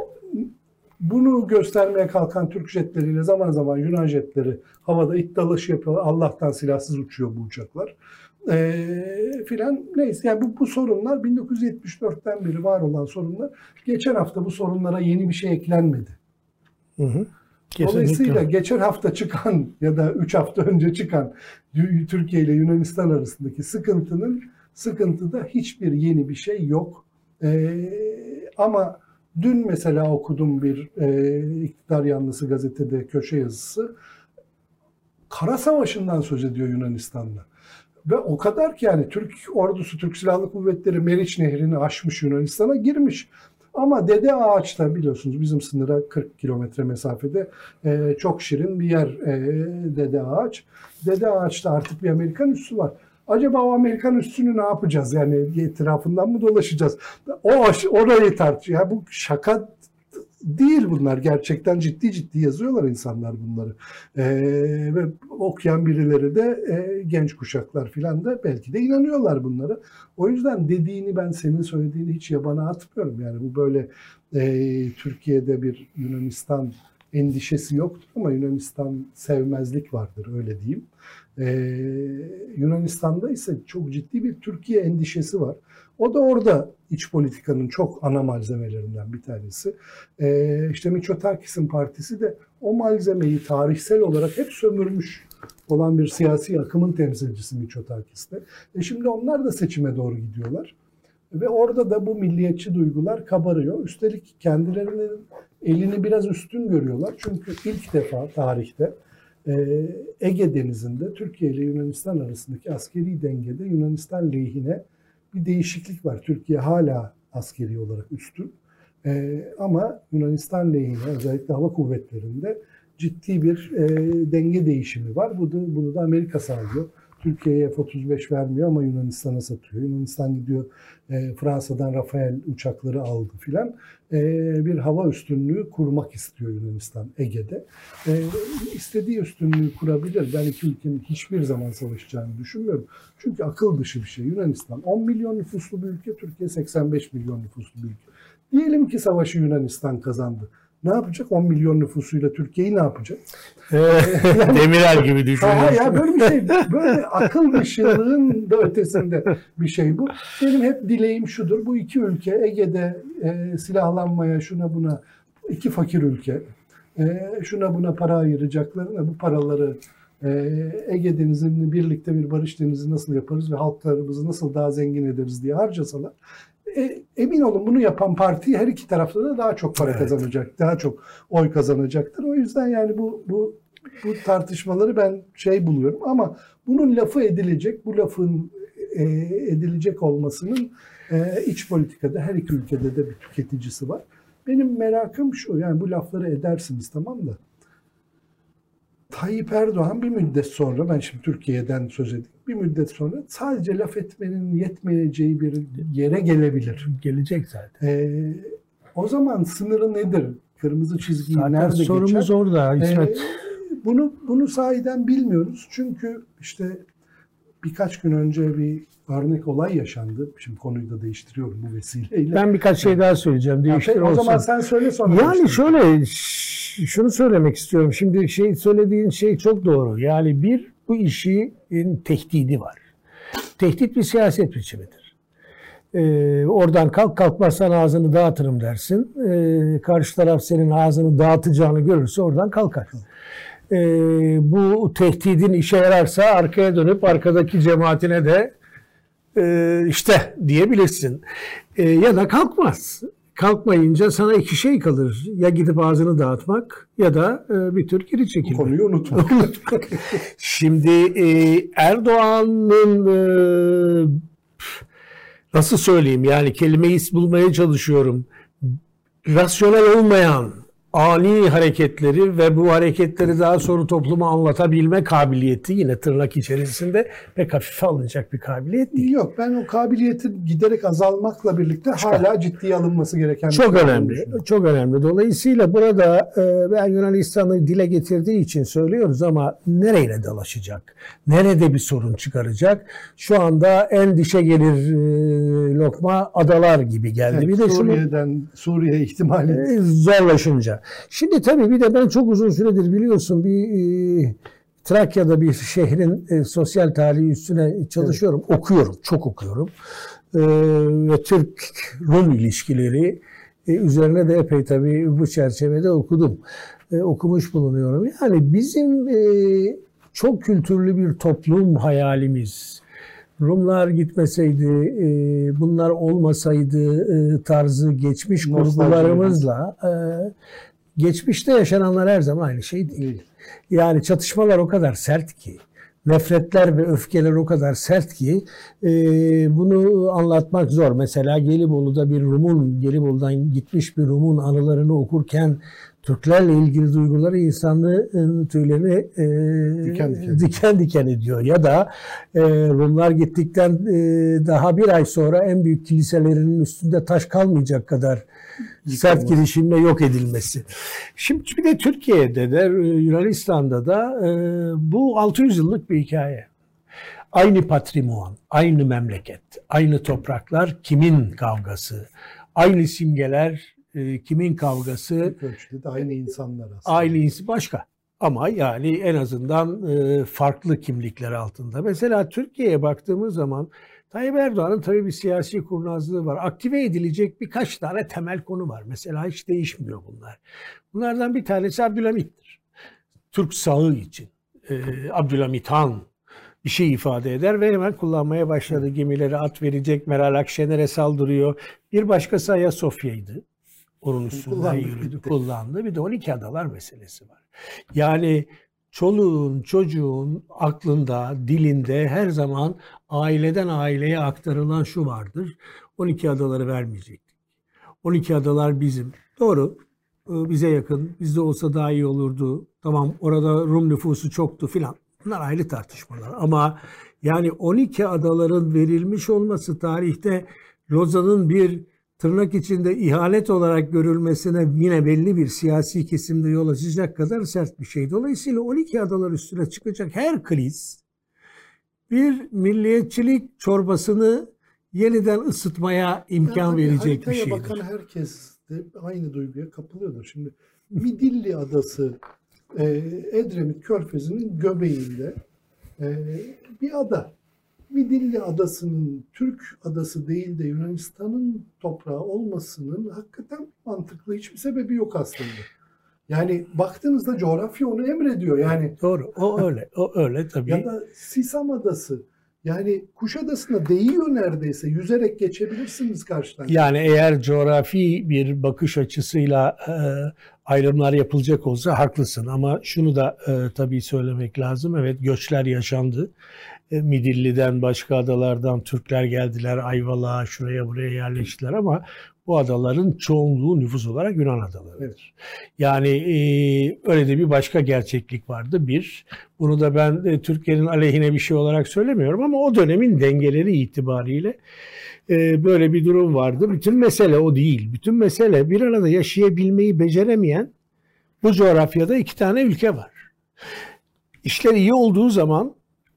Bunu göstermeye kalkan Türk jetleriyle zaman zaman Yunan jetleri havada it dalaşı yapıyorlar. Allah'tan silahsız uçuyor bu uçaklar. Ee, filan neyse yani bu, bu sorunlar bin dokuz yüz yetmiş dörtten beri var olan sorunlar. Geçen hafta bu sorunlara yeni bir şey eklenmedi. Hı hı. Dolayısıyla geçen hafta çıkan ya da üç hafta önce çıkan Türkiye ile Yunanistan arasındaki sıkıntının sıkıntıda hiçbir yeni bir şey yok. Ee, ama dün mesela okudum bir e, iktidar yanlısı gazetede köşe yazısı. Kara Savaşı'ndan söz ediyor Yunanistan'da. Ve o kadar ki yani Türk ordusu, Türk Silahlı Kuvvetleri Meriç Nehri'ni aşmış Yunanistan'a girmiş. Ama Dede Ağaç'ta biliyorsunuz bizim sınıra kırk kilometre mesafede e, çok şirin bir yer e, Dede Ağaç. Dede Ağaç'ta artık bir Amerikan üssü var. Acaba o Amerikan üssünü ne yapacağız? Yani etrafından mı dolaşacağız? O orayı tartışıyor. Yani bu şaka değil bunlar. Gerçekten ciddi ciddi yazıyorlar insanlar bunları. Ee, ve okuyan birileri de e, genç kuşaklar filan da belki de inanıyorlar bunlara. O yüzden dediğini ben senin söylediğini hiç yabana atmıyorum. Yani bu böyle e, Türkiye'de bir Yunanistan endişesi yoktur ama Yunanistan sevmezlik vardır öyle diyeyim. Ee, Yunanistan'da ise çok ciddi bir Türkiye endişesi var. O da orada iç politikanın çok ana malzemelerinden bir tanesi. Ee, işte Mitsotakis'in partisi de o malzemeyi tarihsel olarak hep sömürmüş olan bir siyasi akımın temsilcisi Mitsotakis'te. E şimdi onlar da seçime doğru gidiyorlar. Ve orada da bu milliyetçi duygular kabarıyor. Üstelik kendilerinin elini biraz üstün görüyorlar. Çünkü ilk defa tarihte Ege Denizi'nde Türkiye ile Yunanistan arasındaki askeri dengede Yunanistan lehine bir değişiklik var. Türkiye hala askeri olarak üstün. Ama Yunanistan lehine özellikle hava kuvvetlerinde ciddi bir denge değişimi var. Bu da, bunu da Amerika sağlıyor. Türkiye'ye F otuz beş vermiyor ama Yunanistan'a satıyor. Yunanistan gidiyor e, Fransa'dan Rafael uçakları aldı filan. E, bir hava üstünlüğü kurmak istiyor Yunanistan Ege'de. E, istediği üstünlüğü kurabilir. Ben iki ülkenin hiçbir zaman savaşacağını düşünmüyorum. Çünkü akıl dışı bir şey. Yunanistan on milyon nüfuslu bir ülke, Türkiye seksen beş milyon nüfuslu bir ülke. Diyelim ki savaşı Yunanistan kazandı. Ne yapacak? on milyon nüfusuyla Türkiye'yi ne yapacak? Yani, Demirel gibi düşünüyorsun. Ya böyle bir şey, böyle akıl dışılığın da ötesinde bir şey bu. Benim hep dileğim şudur, bu iki ülke Ege'de e, silahlanmaya, şuna buna, iki fakir ülke, e, şuna buna para ayıracaklarına bu paraları e, Ege Denizi'ni birlikte bir barış denizi nasıl yaparız ve halklarımızı nasıl daha zengin ederiz diye harcasalar, E, emin olun bunu yapan parti her iki tarafta da daha çok para evet. kazanacak, daha çok oy kazanacaktır. O yüzden yani bu bu bu tartışmaları ben şey buluyorum ama bunun lafı edilecek, bu lafın e, edilecek olmasının e, iç politikada her iki ülkede de bir tüketicisi var. Benim merakım şu, yani bu lafları edersiniz tamam da Tayyip Erdoğan bir müddet sonra, ben şimdi Türkiye'den söz edeyim, bir müddet sonra sadece laf etmenin yetmeyeceği bir yere gelebilir. Gelecek zaten. Ee, o zaman sınırı nedir? Kırmızı çizgiyi zaten nerede geçer? Sorumuz orada İsmet. Ee, bunu, bunu sahiden bilmiyoruz. Çünkü işte birkaç gün önce bir örnek olay yaşandı. Şimdi konuyu da değiştiriyorum bu vesileyle. Ben birkaç şey daha söyleyeceğim. Değiştir Ya, o olsun. zaman sen söyle sonra. Yani değiştir. şöyle ş- şunu söylemek istiyorum. Şimdi şey söylediğin şey çok doğru. Yani bir, bu işin tehdidi var. Tehdit bir siyaset biçimidir. Ee, oradan kalk kalkmazsan ağzını dağıtırım dersin. Ee, karşı taraf senin ağzını dağıtacağını görürse oradan kalkar. Ee, bu tehdidin işe yararsa arkaya dönüp arkadaki cemaatine de e, işte diyebilirsin. E, ya da kalkmaz. Kalkmayınca sana iki şey kalır. Ya gidip ağzını dağıtmak ya da e, bir tür geri Bu çekilmek. konuyu unutma. Şimdi e, Erdoğan'ın e, nasıl söyleyeyim, yani kelimeyi bulmaya çalışıyorum. Rasyonel olmayan ani hareketleri ve bu hareketleri daha sonra topluma anlatabilme kabiliyeti, yine tırnak içerisinde, pek hafife alınacak bir kabiliyet değil. Yok, ben o kabiliyetin giderek azalmakla birlikte hala ciddiye alınması gereken bir Çok şey önemli. olduğunu Çok önemli. Dolayısıyla burada e, ben Yunanistan'ı dile getirdiği için söylüyoruz ama nereyle dalaşacak? Nerede bir sorun çıkaracak? Şu anda en dişe gelir e, lokma adalar gibi geldi. Evet, bir de Suriye'den Suriye ihtimali şunu, e, zorlaşınca. Şimdi tabii bir de ben çok uzun süredir biliyorsun bir e, Trakya'da bir şehrin e, sosyal tarihi üstüne çalışıyorum. Evet. Okuyorum. Çok okuyorum. E, ve Türk-Rum ilişkileri e, üzerine de epey tabii bu çerçevede okudum. E, okumuş bulunuyorum. Yani bizim e, çok kültürlü bir toplum hayalimiz. Rumlar gitmeseydi, e, bunlar olmasaydı e, tarzı geçmiş kurgularımızla e, geçmişte yaşananlar her zaman aynı şey değil. Yani çatışmalar o kadar sert ki, nefretler ve öfkeler o kadar sert ki e, bunu anlatmak zor. Mesela Gelibolu'da bir Rum'un, Gelibolu'dan gitmiş bir Rum'un anılarını okurken Türklerle ilgili duyguları insanlığın tüylerini e, diken, diken. diken diken ediyor. Ya da e, Rumlar gittikten e, daha bir ay sonra en büyük kiliselerinin üstünde taş kalmayacak kadar sert girişimle yok edilmesi. Şimdi bir de Türkiye'de de Yunanistan'da da e, bu altı yüz yıllık bir hikaye. Aynı patrimuan, aynı memleket, aynı topraklar kimin kavgası, aynı simgeler e, kimin kavgası. Ölçüde de aynı insanlar aslında. Aynı insan başka. Ama yani en azından e, farklı kimlikler altında. Mesela Türkiye'ye baktığımız zaman Tayyip Erdoğan'ın tabii bir siyasi kurnazlığı var. Aktive edilecek birkaç tane temel konu var. Mesela hiç değişmiyor bunlar. Bunlardan bir tanesi Abdülhamit'tir. Türk sağı için. Ee, Abdülhamit Han bir şey ifade eder ve hemen kullanmaya başladı. Gemileri at verecek, Meral Akşener'e saldırıyor. Bir başkası Ayasofya'ydı. Onun üstünden yürüdü, kullandı. Bir de on iki adalar meselesi var. Yani çoluğun, çocuğun aklında, dilinde her zaman aileden aileye aktarılan şu vardır. on iki adaları vermeyecektik. on iki adalar bizim. Doğru, bize yakın. Bizde olsa daha iyi olurdu. Tamam, orada Rum nüfusu çoktu filan. Bunlar ayrı tartışmalar. Ama yani on iki adaların verilmiş olması tarihte Lozan'ın bir tırnak içinde ihanet olarak görülmesine yine belli bir siyasi kesimde yol açacak kadar sert bir şey. Dolayısıyla on iki adalar üstüne çıkacak her kriz bir milliyetçilik çorbasını yeniden ısıtmaya imkan yani verecek bir şeydir. Bakan herkes de aynı duyguya kapılıyordur. Şimdi Midilli Adası Edremit Körfezi'nin göbeğinde bir ada. Midilli Adası'nın Türk adası değil de Yunanistan'ın toprağı olmasının hakikaten mantıklı hiçbir sebebi yok aslında. Yani baktığınızda coğrafya onu emrediyor yani. Doğru, o öyle, o öyle tabii. Ya da Sisam Adası, yani Kuşadası'na değiyor neredeyse, yüzerek geçebilirsiniz karşıdan. Yani eğer coğrafi bir bakış açısıyla e, ayrımlar yapılacak olsa haklısın ama şunu da e, tabii söylemek lazım. Evet, göçler yaşandı. Midilli'den, başka adalardan Türkler geldiler, Ayvalık'a, şuraya buraya yerleştiler ama bu adaların çoğunluğu nüfus olarak Yunan adalarıdır. Evet. Yani e, öyle de bir başka gerçeklik vardı. Bir, bunu da ben e, Türkiye'nin aleyhine bir şey olarak söylemiyorum ama o dönemin dengeleri itibariyle e, böyle bir durum vardı. Bütün mesele o değil. Bütün mesele bir arada yaşayabilmeyi beceremeyen bu coğrafyada iki tane ülke var. İşler iyi olduğu zaman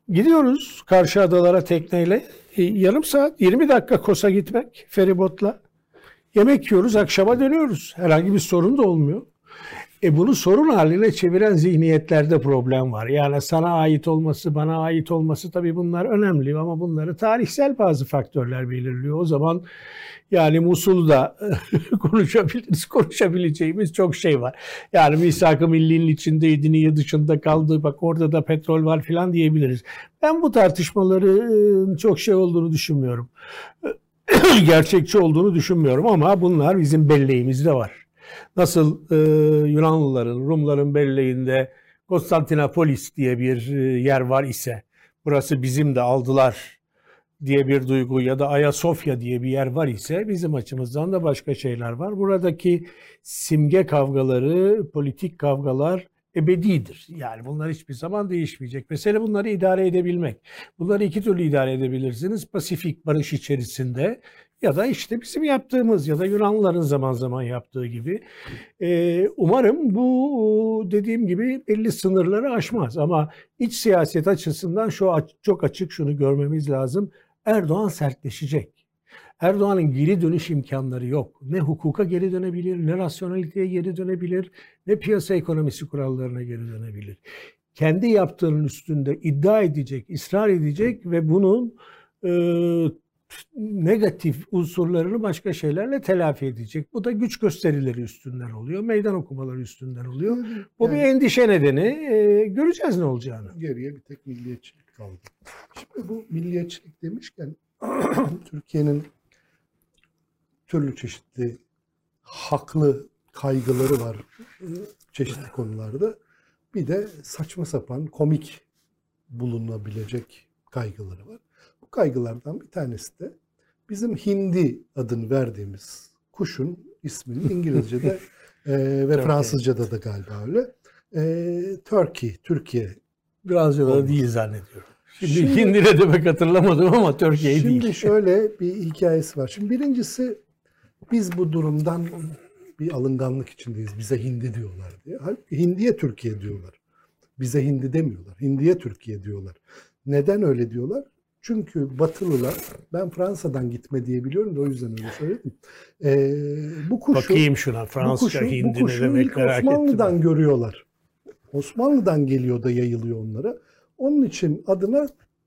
Gidiyoruz karşı adalara tekneyle. E, yarım saat, yirmi dakika Kos'a gitmek feribotla. Yemek yiyoruz, akşama dönüyoruz. Herhangi bir sorun da olmuyor. E bunu sorun haline çeviren zihniyetlerde problem var. Yani sana ait olması, bana ait olması tabii bunlar önemli ama bunları tarihsel bazı faktörler belirliyor. O zaman yani Musul'da konuşabiliriz, konuşabileceğimiz çok şey var. Yani misak-ı millinin içindeydi, niye dışında kaldı, bak orada da petrol var filan diyebiliriz. Ben bu tartışmaları çok şey olduğunu düşünmüyorum. Gerçekçi olduğunu düşünmüyorum ama bunlar bizim belleğimizde var. Nasıl e, Yunanlıların, Rumların belleğinde Konstantinopolis diye bir yer var ise, burası bizim de aldılar diye bir duygu ya da Ayasofya diye bir yer var ise bizim açımızdan da başka şeyler var. Buradaki simge kavgaları, politik kavgalar ebedidir. Yani bunlar hiçbir zaman değişmeyecek. Mesele bunları idare edebilmek. Bunları iki türlü idare edebilirsiniz. Pasifik barış içerisinde ya da işte bizim yaptığımız ya da Yunanlıların zaman zaman yaptığı gibi. Ee, umarım bu dediğim gibi belli sınırları aşmaz. Ama iç siyaset açısından şu çok açık şunu görmemiz lazım. Erdoğan sertleşecek. Erdoğan'ın geri dönüş imkanları yok. Ne hukuka geri dönebilir, ne rasyonaliteye geri dönebilir, ne piyasa ekonomisi kurallarına geri dönebilir. Kendi yaptığının üstünde iddia edecek, ısrar edecek ve bunun e, negatif unsurlarını başka şeylerle telafi edecek. Bu da güç gösterileri üstünden oluyor, meydan okumaları üstünden oluyor. Bu yani, bir endişe nedeni. E, göreceğiz ne olacağını. Geriye bir tek milliyetçilik kaldı. Şimdi bu milliyetçilik demişken Türkiye'nin türlü çeşitli haklı kaygıları var çeşitli konularda. Bir de saçma sapan komik bulunabilecek kaygıları var. Bu kaygılardan bir tanesi de bizim hindi adını verdiğimiz kuşun isminin İngilizce'de e, ve Fransızca'da da galiba öyle. E, Turkey, Türkiye. Biraz da değil zannediyorum. Şimdi, şimdi hindi ne demek hatırlamadım ama Türkiye değil. Şimdi şöyle bir hikayesi var. Şimdi birincisi biz bu durumdan bir alınganlık içindeyiz. Bize hindi diyorlar diye. Halbuki hindiye Türkiye diyorlar. Bize hindi demiyorlar. Hindiye Türkiye diyorlar. Neden öyle diyorlar? Çünkü Batılılar, ben Fransa'dan gitme diye biliyorum da o yüzden öyle söyledim. Ee, bu kuşu, Bakayım şuna Fransızca bu kuşu, hindi bu kuşu ne demek ilk merak Osmanlı'dan ettim. görüyorlar. Osmanlı'dan geliyor da yayılıyor onlara. Onun için adına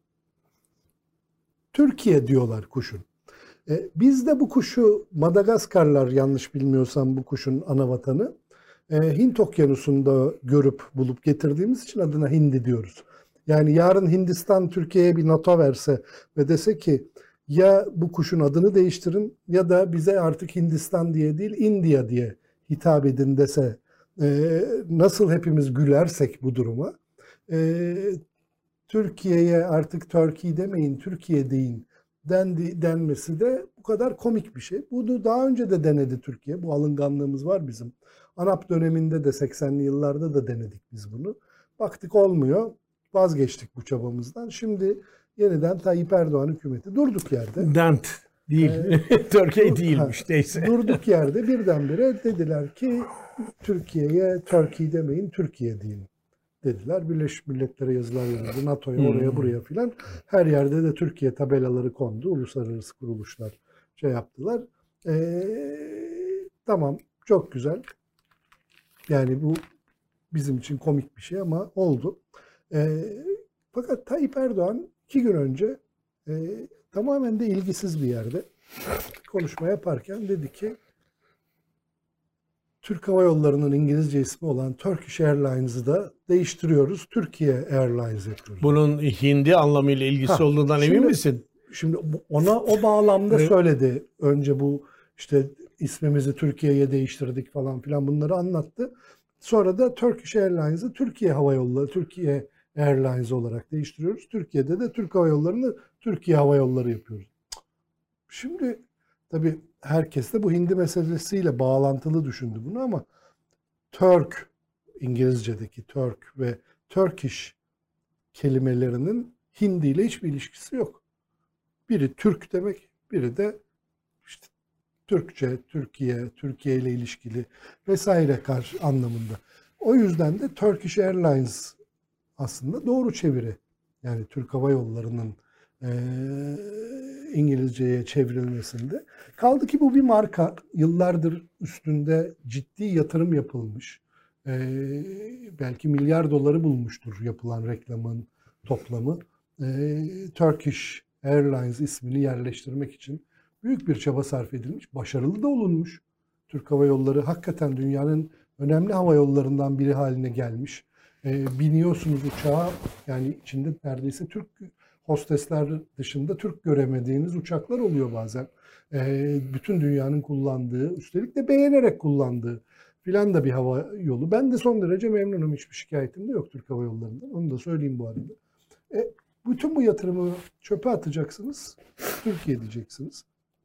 Türkiye diyorlar kuşun. E, biz de bu kuşu Madagaskarlar yanlış bilmiyorsam bu kuşun ana vatanı e, Hint Okyanusu'nda görüp bulup getirdiğimiz için adına hindi diyoruz. Yani yarın Hindistan Türkiye'ye bir NATO verse ve dese ki ya bu kuşun adını değiştirin ya da bize artık Hindistan diye değil India diye hitap edin dese e, nasıl hepimiz gülersek bu duruma e, Türkiye'ye artık Turkey demeyin Türkiye deyin dendi, denmesi de bu kadar komik bir şey. Bunu daha önce de denedi Türkiye. Bu alınganlığımız var bizim. ANAP döneminde de seksenli yıllarda da denedik biz bunu. Baktık olmuyor. Vazgeçtik bu çabamızdan. Şimdi yeniden Tayyip Erdoğan hükümeti durduk yerde. Dant değil. Ee, Türkiye değilmiş neyse. Durduk yerde birdenbire dediler ki Türkiye'ye Turkey demeyin Türkiye deyin dediler. Birleşmiş Milletler'e yazılar yazıldı. NATO'ya hmm. oraya buraya filan. Her yerde de Türkiye tabelaları kondu. Uluslararası kuruluşlar şey yaptılar. Ee, tamam çok güzel. Yani bu bizim için komik bir şey ama oldu. E, fakat Tayyip Erdoğan iki gün önce e, tamamen de ilgisiz bir yerde konuşma yaparken dedi ki Türk Hava Yolları'nın İngilizce ismi olan Turkish Airlines'ı da değiştiriyoruz. Türkiye Airlines yapıyoruz. Bunun hindi anlamıyla ilgisi ha, olduğundan şimdi, emin misin? Şimdi ona o bağlamda söyledi. Önce bu işte ismimizi Türkiye'ye değiştirdik falan filan bunları anlattı. Sonra da Turkish Airlines'ı Türkiye Hava Yolları, Türkiye Airlines olarak değiştiriyoruz. Türkiye'de de Türk Hava Yolları'nı Türkiye Hava Yolları yapıyoruz. Şimdi tabii herkes de bu hindi meselesiyle bağlantılı düşündü bunu ama Türk, İngilizce'deki Türk ve Turkish kelimelerinin hindi ile hiçbir ilişkisi yok. Biri Türk demek, biri de işte Türkçe, Türkiye, Türkiye ile ilişkili vesaire karşı anlamında. O yüzden de Turkish Airlines aslında doğru çeviri. Yani Türk Hava Yolları'nın e, İngilizceye çevrilmesinde. Kaldı ki bu bir marka. Yıllardır üstünde ciddi yatırım yapılmış. E, belki milyar doları bulmuştur yapılan reklamın toplamı. E, Turkish Airlines ismini yerleştirmek için büyük bir çaba sarf edilmiş. Başarılı da olunmuş. Türk Hava Yolları hakikaten dünyanın önemli hava yollarından biri haline gelmiş. E, biniyorsunuz uçağa, yani içinde neredeyse Türk hostesler dışında Türk göremediğiniz uçaklar oluyor bazen. E, bütün dünyanın kullandığı, üstelik de beğenerek kullandığı filan da bir hava yolu. Ben de son derece memnunum. Hiçbir şikayetim de yok Türk Hava Yolları'ndan. Onu da söyleyeyim bu arada. E, bütün bu yatırımı çöpe atacaksınız. Türkiye diyeceksiniz.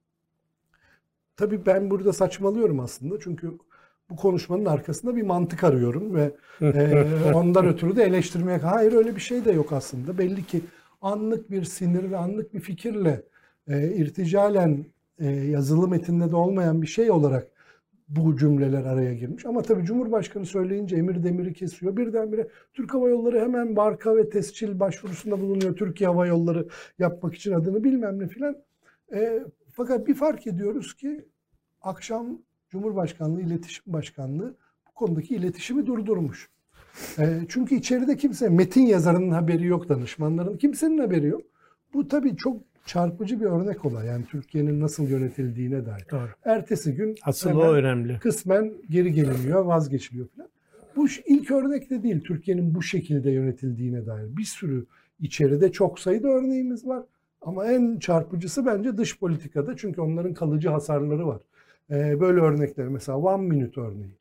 Tabii ben burada saçmalıyorum aslında. Çünkü bu konuşmanın arkasında bir mantık arıyorum ve e, ondan ötürü de eleştirmeye... Hayır, öyle bir şey de yok aslında. Belli ki anlık bir sinir ve anlık bir fikirle e, irticalen e, yazılı metinde de olmayan bir şey olarak bu cümleler araya girmiş. Ama tabii Cumhurbaşkanı söyleyince emir demiri kesiyor. Birdenbire Türk Hava Yolları hemen marka ve tescil başvurusunda bulunuyor. Türkiye Hava Yolları yapmak için adını bilmem ne filan. E, fakat bir fark ediyoruz ki akşam Cumhurbaşkanlığı İletişim Başkanlığı bu konudaki iletişimi durdurmuş. E, çünkü içeride kimse, metin yazarının haberi yok, danışmanların, kimsenin haberi yok. Bu tabii çok çarpıcı bir örnek olay. Yani Türkiye'nin nasıl yönetildiğine dair. Doğru. Ertesi gün asıl o önemli. Kısmen geri geliniyor, vazgeçiliyor falan. Bu ilk örnek de değil Türkiye'nin bu şekilde yönetildiğine dair. Bir sürü içeride çok sayıda örneğimiz var. Ama en çarpıcısı bence dış politikada. Çünkü onların kalıcı hasarları var. Ee, böyle örnekler, mesela One Minute örneği.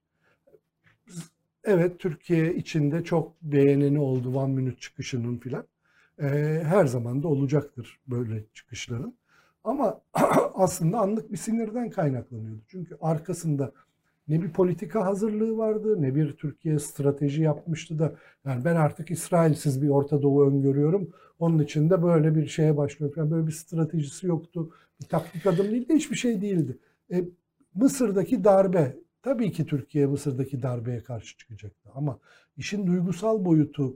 Evet, Türkiye içinde çok beğeneni oldu One Minute çıkışının filan. Ee, her zaman da olacaktır böyle çıkışların. Ama aslında anlık bir sinirden kaynaklanıyordu. Çünkü arkasında ne bir politika hazırlığı vardı, ne bir Türkiye strateji yapmıştı da, yani ben artık İsrailsiz bir Orta Doğu öngörüyorum, onun için de böyle bir şeye başlıyor falan. Böyle bir stratejisi yoktu. Bir taktik adım değil de hiçbir şey değildi. E, Mısır'daki darbe, tabii ki Türkiye Mısır'daki darbeye karşı çıkacaktı. Ama işin duygusal boyutu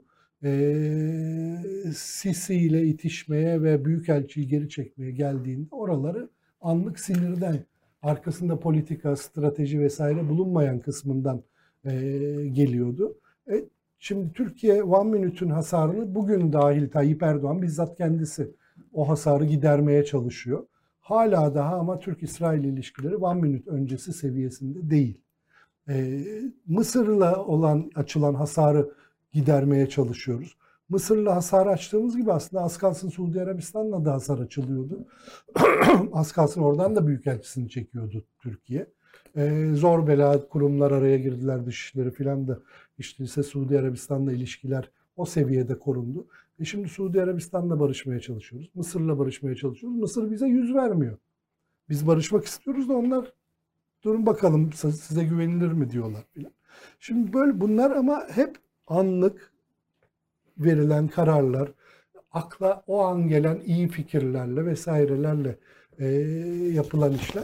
e, Sisi ile itişmeye ve Büyükelçiyi geri çekmeye geldiğinde oraları anlık sinirden, arkasında politika, strateji vesaire bulunmayan kısmından e, geliyordu. E, şimdi Türkiye One Minute'ün hasarını bugün dahil Tayyip Erdoğan bizzat kendisi o hasarı gidermeye çalışıyor. Hala daha ama Türk-İsrail ilişkileri One Minute öncesi seviyesinde değil. E, Mısır'la olan açılan hasarı gidermeye çalışıyoruz. Mısır'la hasar açtığımız gibi aslında az kalsın Suudi Arabistan'la da hasar açılıyordu. Az kalsın oradan da büyükelçisini çekiyordu Türkiye. Ee, zor bela kurumlar araya girdiler, dışişleri filan da, işte ise Suudi Arabistan'la ilişkiler o seviyede korundu. E şimdi Suudi Arabistan'la barışmaya çalışıyoruz. Mısır'la barışmaya çalışıyoruz. Mısır bize yüz vermiyor. Biz barışmak istiyoruz da onlar durun bakalım size güvenilir mi diyorlar filan. Şimdi böyle bunlar ama hep anlık verilen kararlar, akla o an gelen iyi fikirlerle vesairelerle e, yapılan işler.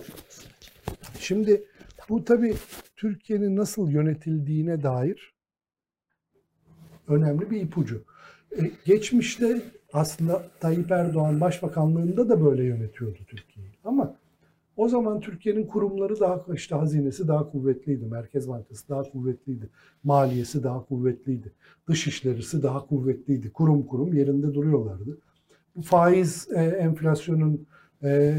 Şimdi bu tabii Türkiye'nin nasıl yönetildiğine dair önemli bir ipucu. E, geçmişte aslında Tayyip Erdoğan başbakanlığında da böyle yönetiyordu Türkiye'yi. Ama o zaman Türkiye'nin kurumları daha, işte hazinesi daha kuvvetliydi, Merkez Bankası daha kuvvetliydi, maliyesi daha kuvvetliydi, dışişlerisi daha kuvvetliydi, kurum kurum yerinde duruyorlardı. Bu faiz e, enflasyonun e,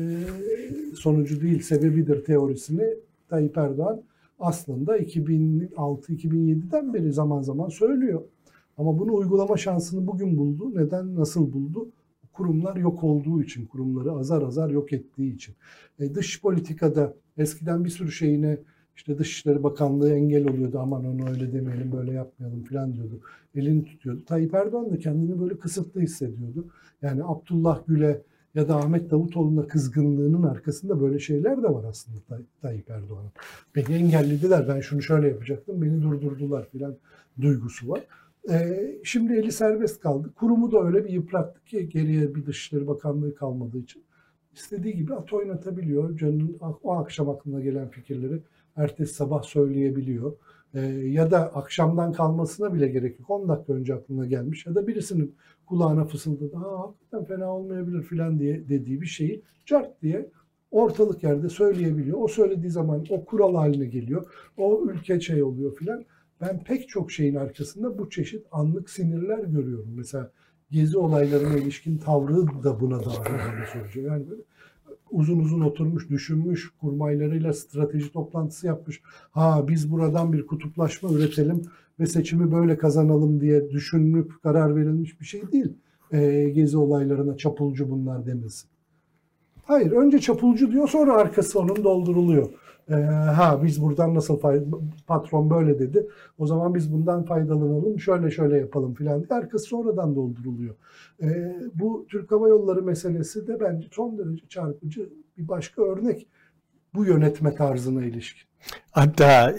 sonucu değil, sebebidir teorisini Tayyip Erdoğan aslında iki bin altı iki bin yedi'den beri zaman zaman söylüyor. Ama bunu uygulama şansını bugün buldu. Neden, nasıl buldu? Kurumlar yok olduğu için, kurumları azar azar yok ettiği için. E, dış politikada eskiden bir sürü şeyine işte Dışişleri Bakanlığı engel oluyordu. Aman onu öyle demeyelim, böyle yapmayalım falan diyordu. Elini tutuyordu. Tayyip Erdoğan da kendini böyle kısıtlı hissediyordu. Yani Abdullah Gül'e ya da Ahmet Davutoğlu'na kızgınlığının arkasında böyle şeyler de var aslında Tay Tayyip Erdoğan'ın. Beni engellediler, ben şunu şöyle yapacaktım, beni durdurdular falan duygusu var. Ee, şimdi eli serbest kaldı. Kurumu da öyle bir yıprattı ki geriye bir Dışişleri Bakanlığı kalmadığı için istediği gibi at oynatabiliyor. Canının o akşam aklına gelen fikirleri ertesi sabah söyleyebiliyor. Ee, ya da akşamdan kalmasına bile gerek yok. on dakika önce aklına gelmiş ya da birisinin kulağına fısıldadı. Ha, hakikaten fena olmayabilir falan diye dediği bir şeyi cart diye ortalık yerde söyleyebiliyor. O söylediği zaman o kural haline geliyor. O ülke şey oluyor filan. Ben pek çok şeyin arkasında bu çeşit anlık sinirler görüyorum. Mesela gezi olaylarına ilişkin tavrı da buna dahil bana soracağım. Yani böyle uzun uzun oturmuş, düşünmüş, kurmaylarıyla strateji toplantısı yapmış. Ha biz buradan bir kutuplaşma üretelim ve seçimi böyle kazanalım diye düşünülüp karar verilmiş bir şey değil. Ee, gezi olaylarına çapulcu bunlar demesi. Hayır, önce çapulcu diyor, sonra arkası onun dolduruluyor. Ee, ha biz buradan nasıl fayda, patron böyle dedi, o zaman biz bundan faydalanalım, şöyle şöyle yapalım filan diye arkası sonradan dolduruluyor. Ee, bu Türk Hava Yolları meselesi de bence son derece çarpıcı bir başka örnek bu yönetme tarzına ilişkin. Hatta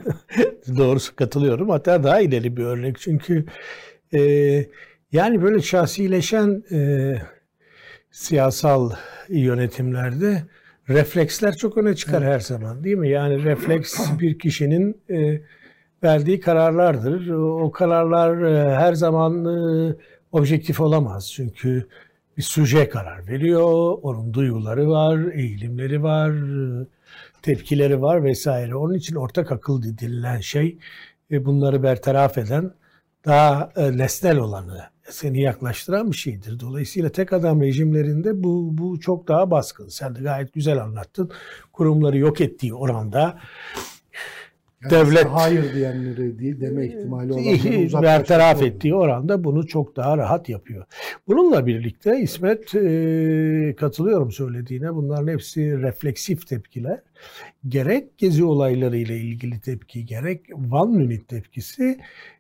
doğrusu katılıyorum. Hatta daha ileri bir örnek. Çünkü e, yani böyle şahsileşen e, siyasal yönetimlerde refleksler çok öne çıkar her zaman, değil mi? Yani refleks bir kişinin e, verdiği kararlardır. O kararlar e, her zaman e, objektif olamaz. Çünkü bir suje karar veriyor, onun duyguları var, eğilimleri var, e, tepkileri var vesaire. Onun için ortak akıl denilen şey e, bunları bertaraf eden, daha e, nesnel olanı seni yaklaştıran bir şeydir. Dolayısıyla tek adam rejimlerinde bu bu çok daha baskın. Sen de gayet güzel anlattın. Kurumları yok ettiği oranda Yani devlet hayır diyenleri diye deme ihtimali olanları bertaraf ettiği oranda bunu çok daha rahat yapıyor. Bununla birlikte İsmet, e, katılıyorum söylediğine. Bunların hepsi refleksif tepkiler. Gerek gezi olayları ile ilgili tepki, gerek One Minute tepkisi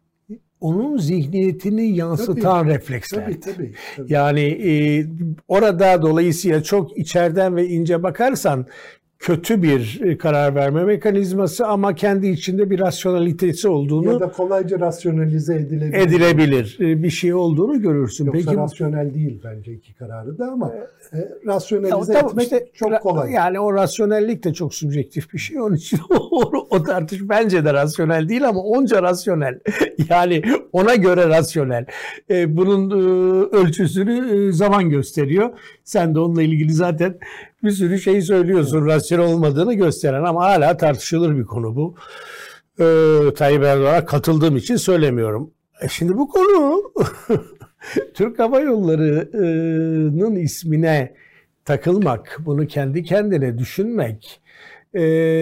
onun zihniyetini yansıtan tabii, refleksler. Tabii, tabii, tabii. Yani e, orada dolayısıyla çok içeriden ve ince bakarsan kötü bir karar verme mekanizması ama kendi içinde bir rasyonalitesi olduğunu, ya da kolayca rasyonalize edilebilir. edilebilir bir şey olduğunu görürsün. Yoksa Peki, rasyonel değil bence iki kararı da ama e, rasyonalize ya, tamam, etmek işte, çok kolay. Yani o rasyonellik de çok subjektif bir şey. Onun için o, o tartış bence de rasyonel değil ama onca rasyonel. Yani ona göre rasyonel. E, bunun e, ölçüsünü e, zaman gösteriyor. Sen de onunla ilgili zaten bir sürü şey söylüyorsun. Rasyonel olmadığını gösteren ama hala tartışılır bir konu bu. E, Tayyip Erdoğan'a katıldığım için söylemiyorum. E, şimdi bu konu Türk Hava Yolları'nın ismine takılmak, bunu kendi kendine düşünmek, e,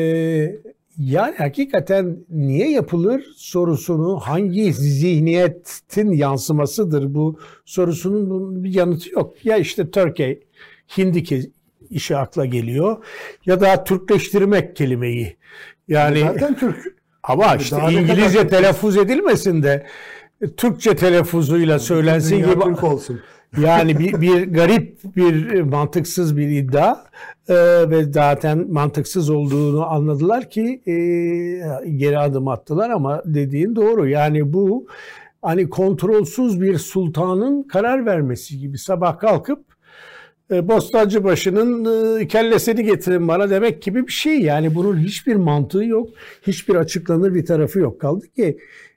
yani hakikaten niye yapılır sorusunu, hangi zihniyetin yansımasıdır bu sorusunun bir yanıtı yok. Ya işte Türkiye, Hindiki işi akla geliyor ya da Türkleştirmek kelimeyi. Yani zaten Türk. Ama işte daha İngilizce telaffuz edilmesin de Türkçe telaffuzuyla söylensin gibi. Türk olsun. Yani bir, bir garip, bir mantıksız bir iddia ee, ve zaten mantıksız olduğunu anladılar ki e, geri adım attılar ama dediğin doğru. Yani bu hani kontrolsüz bir sultanın karar vermesi gibi, sabah kalkıp e, Bostancıbaşı'nın e, kellesini getirin bana demek gibi bir şey. Yani bunun hiçbir mantığı yok, hiçbir açıklanır bir tarafı yok. Kaldı ki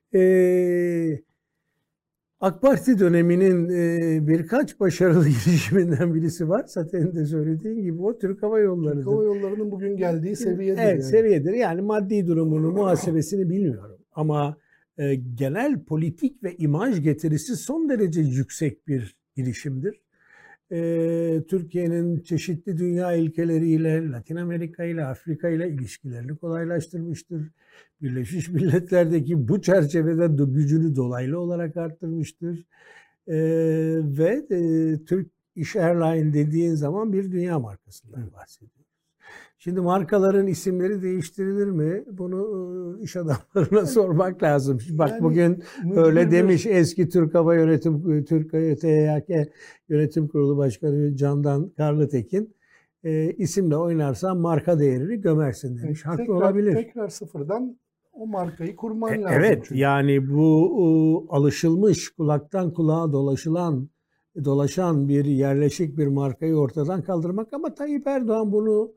eee AK Parti döneminin e, birkaç başarılı girişiminden birisi varsa senin de söylediğin gibi o Türk Hava Yolları'dır. Türk Hava Yolları'nın bugün geldiği seviyedir. Evet, yani. seviyedir. Yani maddi durumunu, muhasebesini bilmiyorum. Ama e, genel politik ve imaj getirisi son derece yüksek bir girişimdir. E, Türkiye'nin çeşitli dünya ülkeleriyle, Latin Amerika ile, Afrika ile ilişkilerini kolaylaştırmıştır. Birleşmiş Milletler'deki bu çerçevede de gücünü dolaylı olarak arttırmıştır. Ee, ve e, Turkish Airlines dediğin zaman bir dünya markasından bahsediyoruz. Şimdi markaların isimleri değiştirilir mi? Bunu e, iş adamlarına sormak lazım. Bak yani, bugün öyle demiş eski Türk Hava Yönetim Türk T Y K Yönetim Kurulu Başkanı Candan Karlıtekin. E, isimle oynarsan marka değerini gömersin demiş. Evet, Haklı tekrar, olabilir. Tekrar sıfırdan o markayı kurman lazım. Evet, çünkü. yani bu o, alışılmış, kulaktan kulağa dolaşılan, dolaşan bir yerleşik bir markayı ortadan kaldırmak ama Tayyip Erdoğan bunu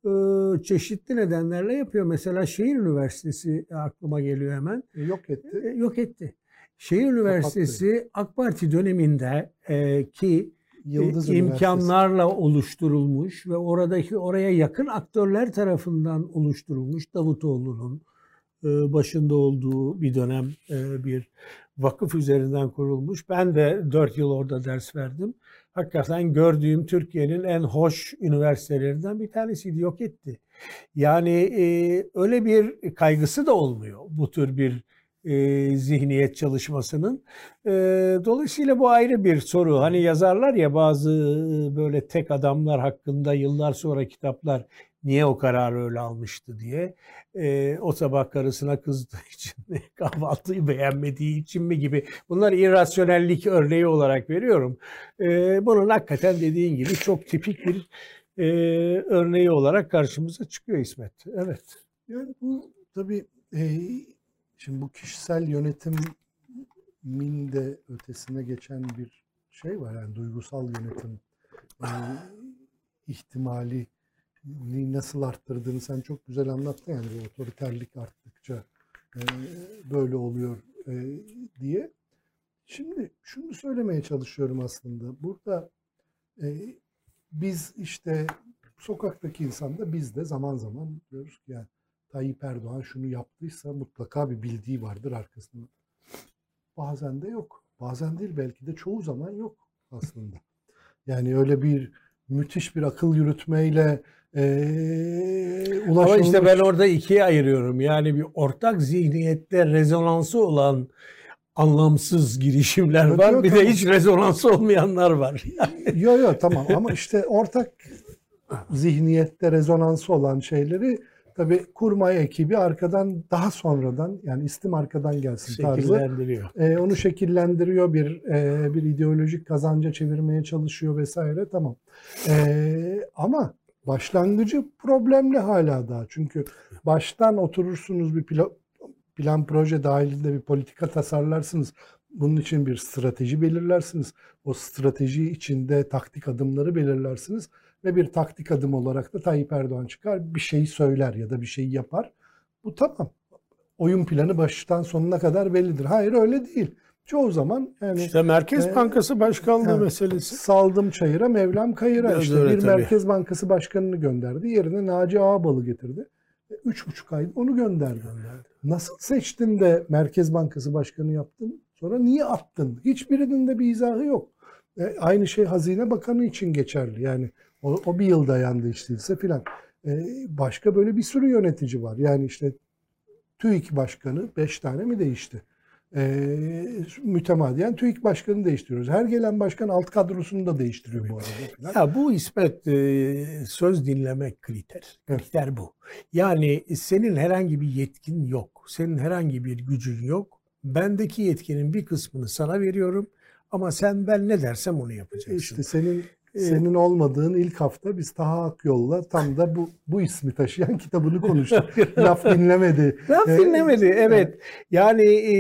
e, çeşitli nedenlerle yapıyor. Mesela Şehir Üniversitesi aklıma geliyor hemen. E, yok etti. E, yok etti. Şehir Üniversitesi AK Parti döneminde e, ki Yıldız e, imkanlarla oluşturulmuş ve oradaki oraya yakın aktörler tarafından oluşturulmuş, Davutoğlu'nun e, başında olduğu bir dönem e, bir vakıf üzerinden kurulmuş. Ben de dört yıl orada ders verdim. Hakikaten gördüğüm Türkiye'nin en hoş üniversitelerinden bir tanesiydi, yok etti. Yani e, öyle bir kaygısı da olmuyor bu tür bir e, zihniyet çalışmasının. E, dolayısıyla bu ayrı bir soru. Hani yazarlar ya bazı e, böyle tek adamlar hakkında yıllar sonra kitaplar, niye o kararı öyle almıştı diye. E, o sabah karısına kızdığı için mi, kahvaltıyı beğenmediği için mi gibi. Bunlar irrasyonellik örneği olarak veriyorum. E, bunun hakikaten dediğin gibi çok tipik bir e, örneği olarak karşımıza çıkıyor İsmet. Evet. Yani bu tabii e, şimdi bu kişisel yönetimin de ötesine geçen bir şey var. Yani duygusal yönetim e, ihtimali nasıl arttırdığını sen çok güzel anlattın. Yani bu otoriterlik arttıkça e, böyle oluyor e, diye. Şimdi şunu söylemeye çalışıyorum aslında. Burada e, biz işte sokaktaki insan da biz de zaman zaman diyoruz ki yani Tayyip Erdoğan şunu yaptıysa mutlaka bir bildiği vardır arkasında. Bazen de yok. Bazen değil, belki de çoğu zaman yok aslında. Yani öyle bir müthiş bir akıl yürütmeyle ee, ulaşılmış. Ama işte ben orada ikiye ayırıyorum. Yani bir ortak zihniyette rezonansı olan anlamsız girişimler Yok, var. yok, bir tamam. de hiç rezonansı olmayanlar var. Yok yok tamam ama işte ortak zihniyette rezonansı olan şeyleri tabii kurmay ekibi arkadan daha sonradan, yani istim arkadan gelsin tarzı Şekillendiriyor. e, onu şekillendiriyor, bir e, bir ideolojik kazanca çevirmeye çalışıyor vesaire, tamam. E, ama başlangıcı problemli hala daha. Çünkü baştan oturursunuz, bir plan, plan proje dahilinde bir politika tasarlarsınız. Bunun için bir strateji belirlersiniz. O strateji içinde taktik adımları belirlersiniz. Ve bir taktik adım olarak da Tayyip Erdoğan çıkar, bir şey söyler ya da bir şey yapar. Bu tamam. Oyun planı baştan sonuna kadar bellidir. Hayır, öyle değil. Çoğu zaman yani İşte Merkez e, Bankası Başkanlığı yani, meselesi. Saldım çayıra, Mevlam kayıra. Biraz İşte öyle bir tabii. Merkez Bankası Başkanı'nı gönderdi. Yerine Naci Ağbal'ı getirdi. E, üç buçuk ay onu gönderdi. gönderdi. Nasıl seçtin de Merkez Bankası Başkanı yaptın? Sonra niye attın? Hiçbirinin de bir izahı yok. E, aynı şey Hazine Bakanı için geçerli. Yani o, o bir yıl dayandı işteyse filan. E, başka böyle bir sürü yönetici var. Yani işte TÜİK Başkanı beş tane mi değişti? E, mütemadiyen TÜİK Başkanı değiştiriyoruz. Her gelen başkan alt kadrosunu da değiştiriyor bu arada filan. Ya bu İsmet e, söz dinlemek kriter. Kriter bu. Yani senin herhangi bir yetkin yok. Senin herhangi bir gücün yok. Bendeki yetkinin bir kısmını sana veriyorum. Ama sen ben ne dersem onu yapacaksın. İşte senin senin olmadığın ilk hafta biz Taha Akyol'la tam da bu bu ismi taşıyan kitabını konuştuk. Laf dinlemedi. Laf Ee, dinlemedi, evet. Yani e,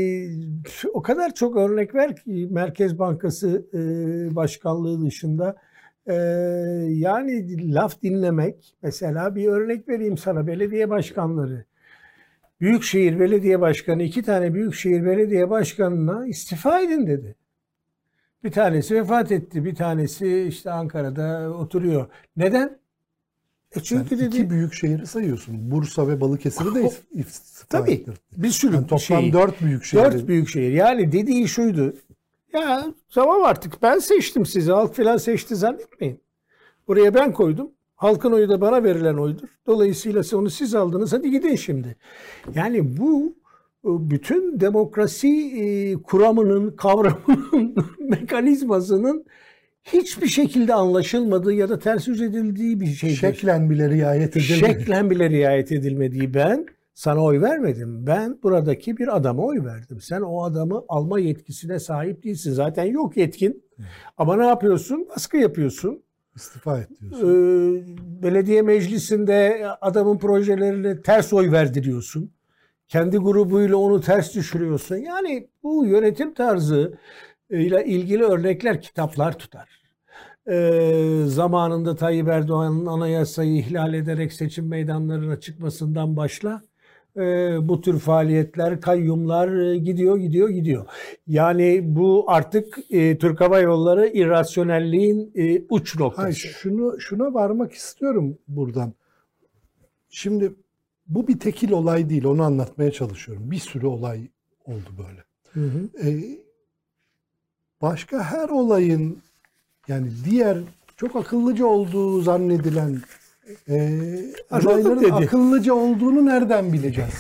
o kadar çok örnek ver ki Merkez Bankası e, Başkanlığı dışında. E, yani laf dinlemek, mesela bir örnek vereyim sana, belediye başkanları. Büyükşehir Belediye Başkanı, iki tane Büyükşehir Belediye Başkanı'na istifa edin dedi. Bir tanesi vefat etti, bir tanesi işte Ankara'da oturuyor. Neden? E çünkü Sen dedi, iki büyük şehri sayıyorsun. Bursa ve Balıkesir'i de istifa tabii ettirdi. bir sürü Yani toplam şey, dört büyük şehir. dört büyük şehir. Yani dediği şuydu. Ya tamam, artık ben seçtim sizi. Halk falan seçti zannetmeyin. Buraya ben koydum. Halkın oyu da bana verilen oydur. Dolayısıyla onu siz aldınız. Hadi gidin şimdi. Yani bu bütün demokrasi kuramının, kavramının, mekanizmasının hiçbir şekilde anlaşılmadığı ya da ters yüz edildiği bir şeydir. Şeklen bile riayet edilmedi. Şeklen bile riayet edilmediği. Ben sana oy vermedim. Ben buradaki bir adama oy verdim. Sen o adamı alma yetkisine sahip değilsin. Zaten yok yetkin. Ama ne yapıyorsun? Baskı yapıyorsun. İstifa et diyorsun. Ee, belediye meclisinde adamın projelerine ters oy verdiriyorsun. Kendi grubuyla onu ters düşürüyorsun. Yani bu yönetim tarzı ile ilgili örnekler kitaplar tutar. e, zamanında Tayyip Erdoğan'ın anayasayı ihlal ederek seçim meydanlarına çıkmasından başla. E, bu tür faaliyetler, kayyumlar e, gidiyor, gidiyor, gidiyor. Yani bu artık e, Türk Hava Yolları irrasyonelliğin e, uç noktası. Hayır, şunu şuna varmak istiyorum buradan. Şimdi bu bir tekil olay değil, onu anlatmaya çalışıyorum. Bir sürü olay oldu böyle. Hı hı. Ee, başka her olayın, yani diğer çok akıllıca olduğu zannedilen e, olayların akıllıca olduğunu nereden bileceğiz?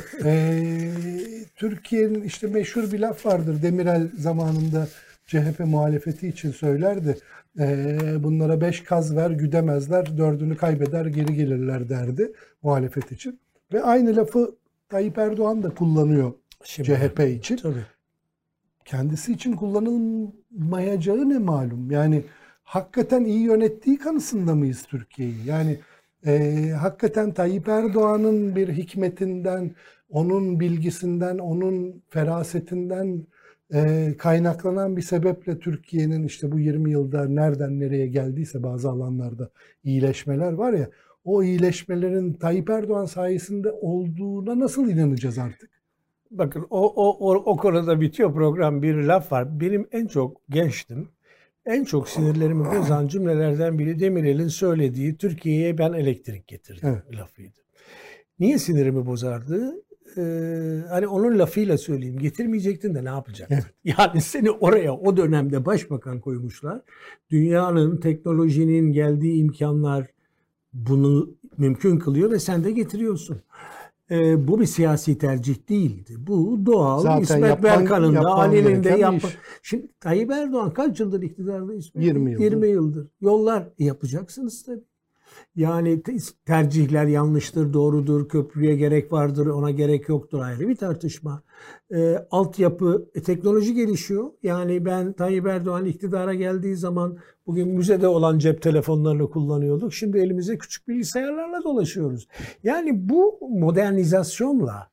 ee, Türkiye'nin işte meşhur bir laf vardır. Demirel zamanında C H P muhalefeti için söylerdi. Ee, bunlara beş kaz ver güdemezler, dördünü kaybeder geri gelirler derdi muhalefet için. Ve aynı lafı Tayyip Erdoğan da kullanıyor Şimdi, C H P için. Tabii. Kendisi için kullanılmayacağı ne malum? Yani hakikaten iyi yönettiği kanısında mıyız Türkiye'yi? Yani e, hakikaten Tayyip Erdoğan'ın bir hikmetinden, onun bilgisinden, onun ferasetinden e, kaynaklanan bir sebeple Türkiye'nin işte bu yirmi yılda nereden nereye geldiyse bazı alanlarda iyileşmeler var ya, o iyileşmelerin Tayyip Erdoğan sayesinde olduğuna nasıl inanacağız artık? Bakın o, o, o, o konuda bitiyor program, bir laf var. Benim en çok gençtim. En çok sinirlerimi bozan cümlelerden biri Demirel'in söylediği Türkiye'ye ben elektrik getirdim evet. lafıydı. Niye sinirimi bozardı? Ee, hani onun lafıyla söyleyeyim. Getirmeyecektin de ne yapacaktın? Evet. Yani seni oraya o dönemde başbakan koymuşlar. Dünyanın, teknolojinin geldiği imkanlar bunu mümkün kılıyor ve sen de getiriyorsun. Ee, bu bir siyasi tercih değildi. Bu doğal. Zaten İsmet yapman, Berkan'ın da Ali'nin de yapma. Şimdi Tayyip Erdoğan kaç yıldır iktidarda İsmet? yirmi yıldır. yirmi yıldır. Yollar yapacaksınız tabii. Yani tercihler yanlıştır, doğrudur, köprüye gerek vardır, ona gerek yoktur, ayrı bir tartışma. E, altyapı, e, teknoloji gelişiyor. Yani ben Tayyip Erdoğan iktidara geldiği zaman bugün müzede olan cep telefonlarını kullanıyorduk. Şimdi elimize küçük bilgisayarlarla dolaşıyoruz. Yani bu modernizasyonla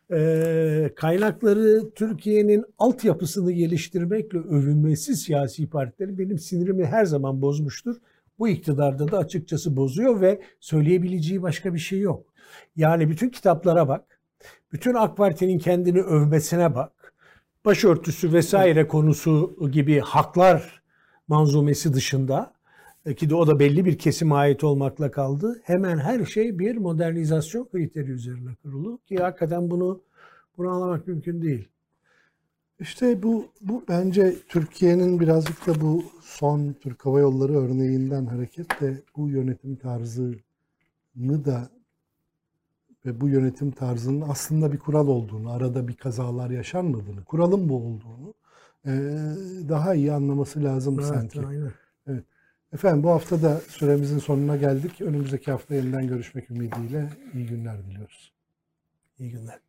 e, kaynakları Türkiye'nin altyapısını geliştirmekle övünmesi siyasi partileri benim sinirimi her zaman bozmuştur. Bu iktidarda da açıkçası bozuyor ve söyleyebileceği başka bir şey yok. Yani bütün kitaplara bak, bütün AK Parti'nin kendini övmesine bak, başörtüsü vesaire konusu gibi haklar manzumesi dışında, ki de o da belli bir kesime ait olmakla kaldı, hemen her şey bir modernizasyon kriteri üzerine kurulu ki hakikaten bunu, bunu anlamak mümkün değil. İşte bu, bu bence Türkiye'nin birazcık da bu son Türk Hava Yolları örneğinden hareketle bu yönetim tarzını da ve bu yönetim tarzının aslında bir kural olduğunu, arada bir kazalar yaşanmadığını, kuralın bu olduğunu e, daha iyi anlaması lazım evet, sanki. Aynen. Evet. Efendim bu hafta da süremizin sonuna geldik. Önümüzdeki hafta yeniden görüşmek ümidiyle iyi günler diliyoruz. İyi günler.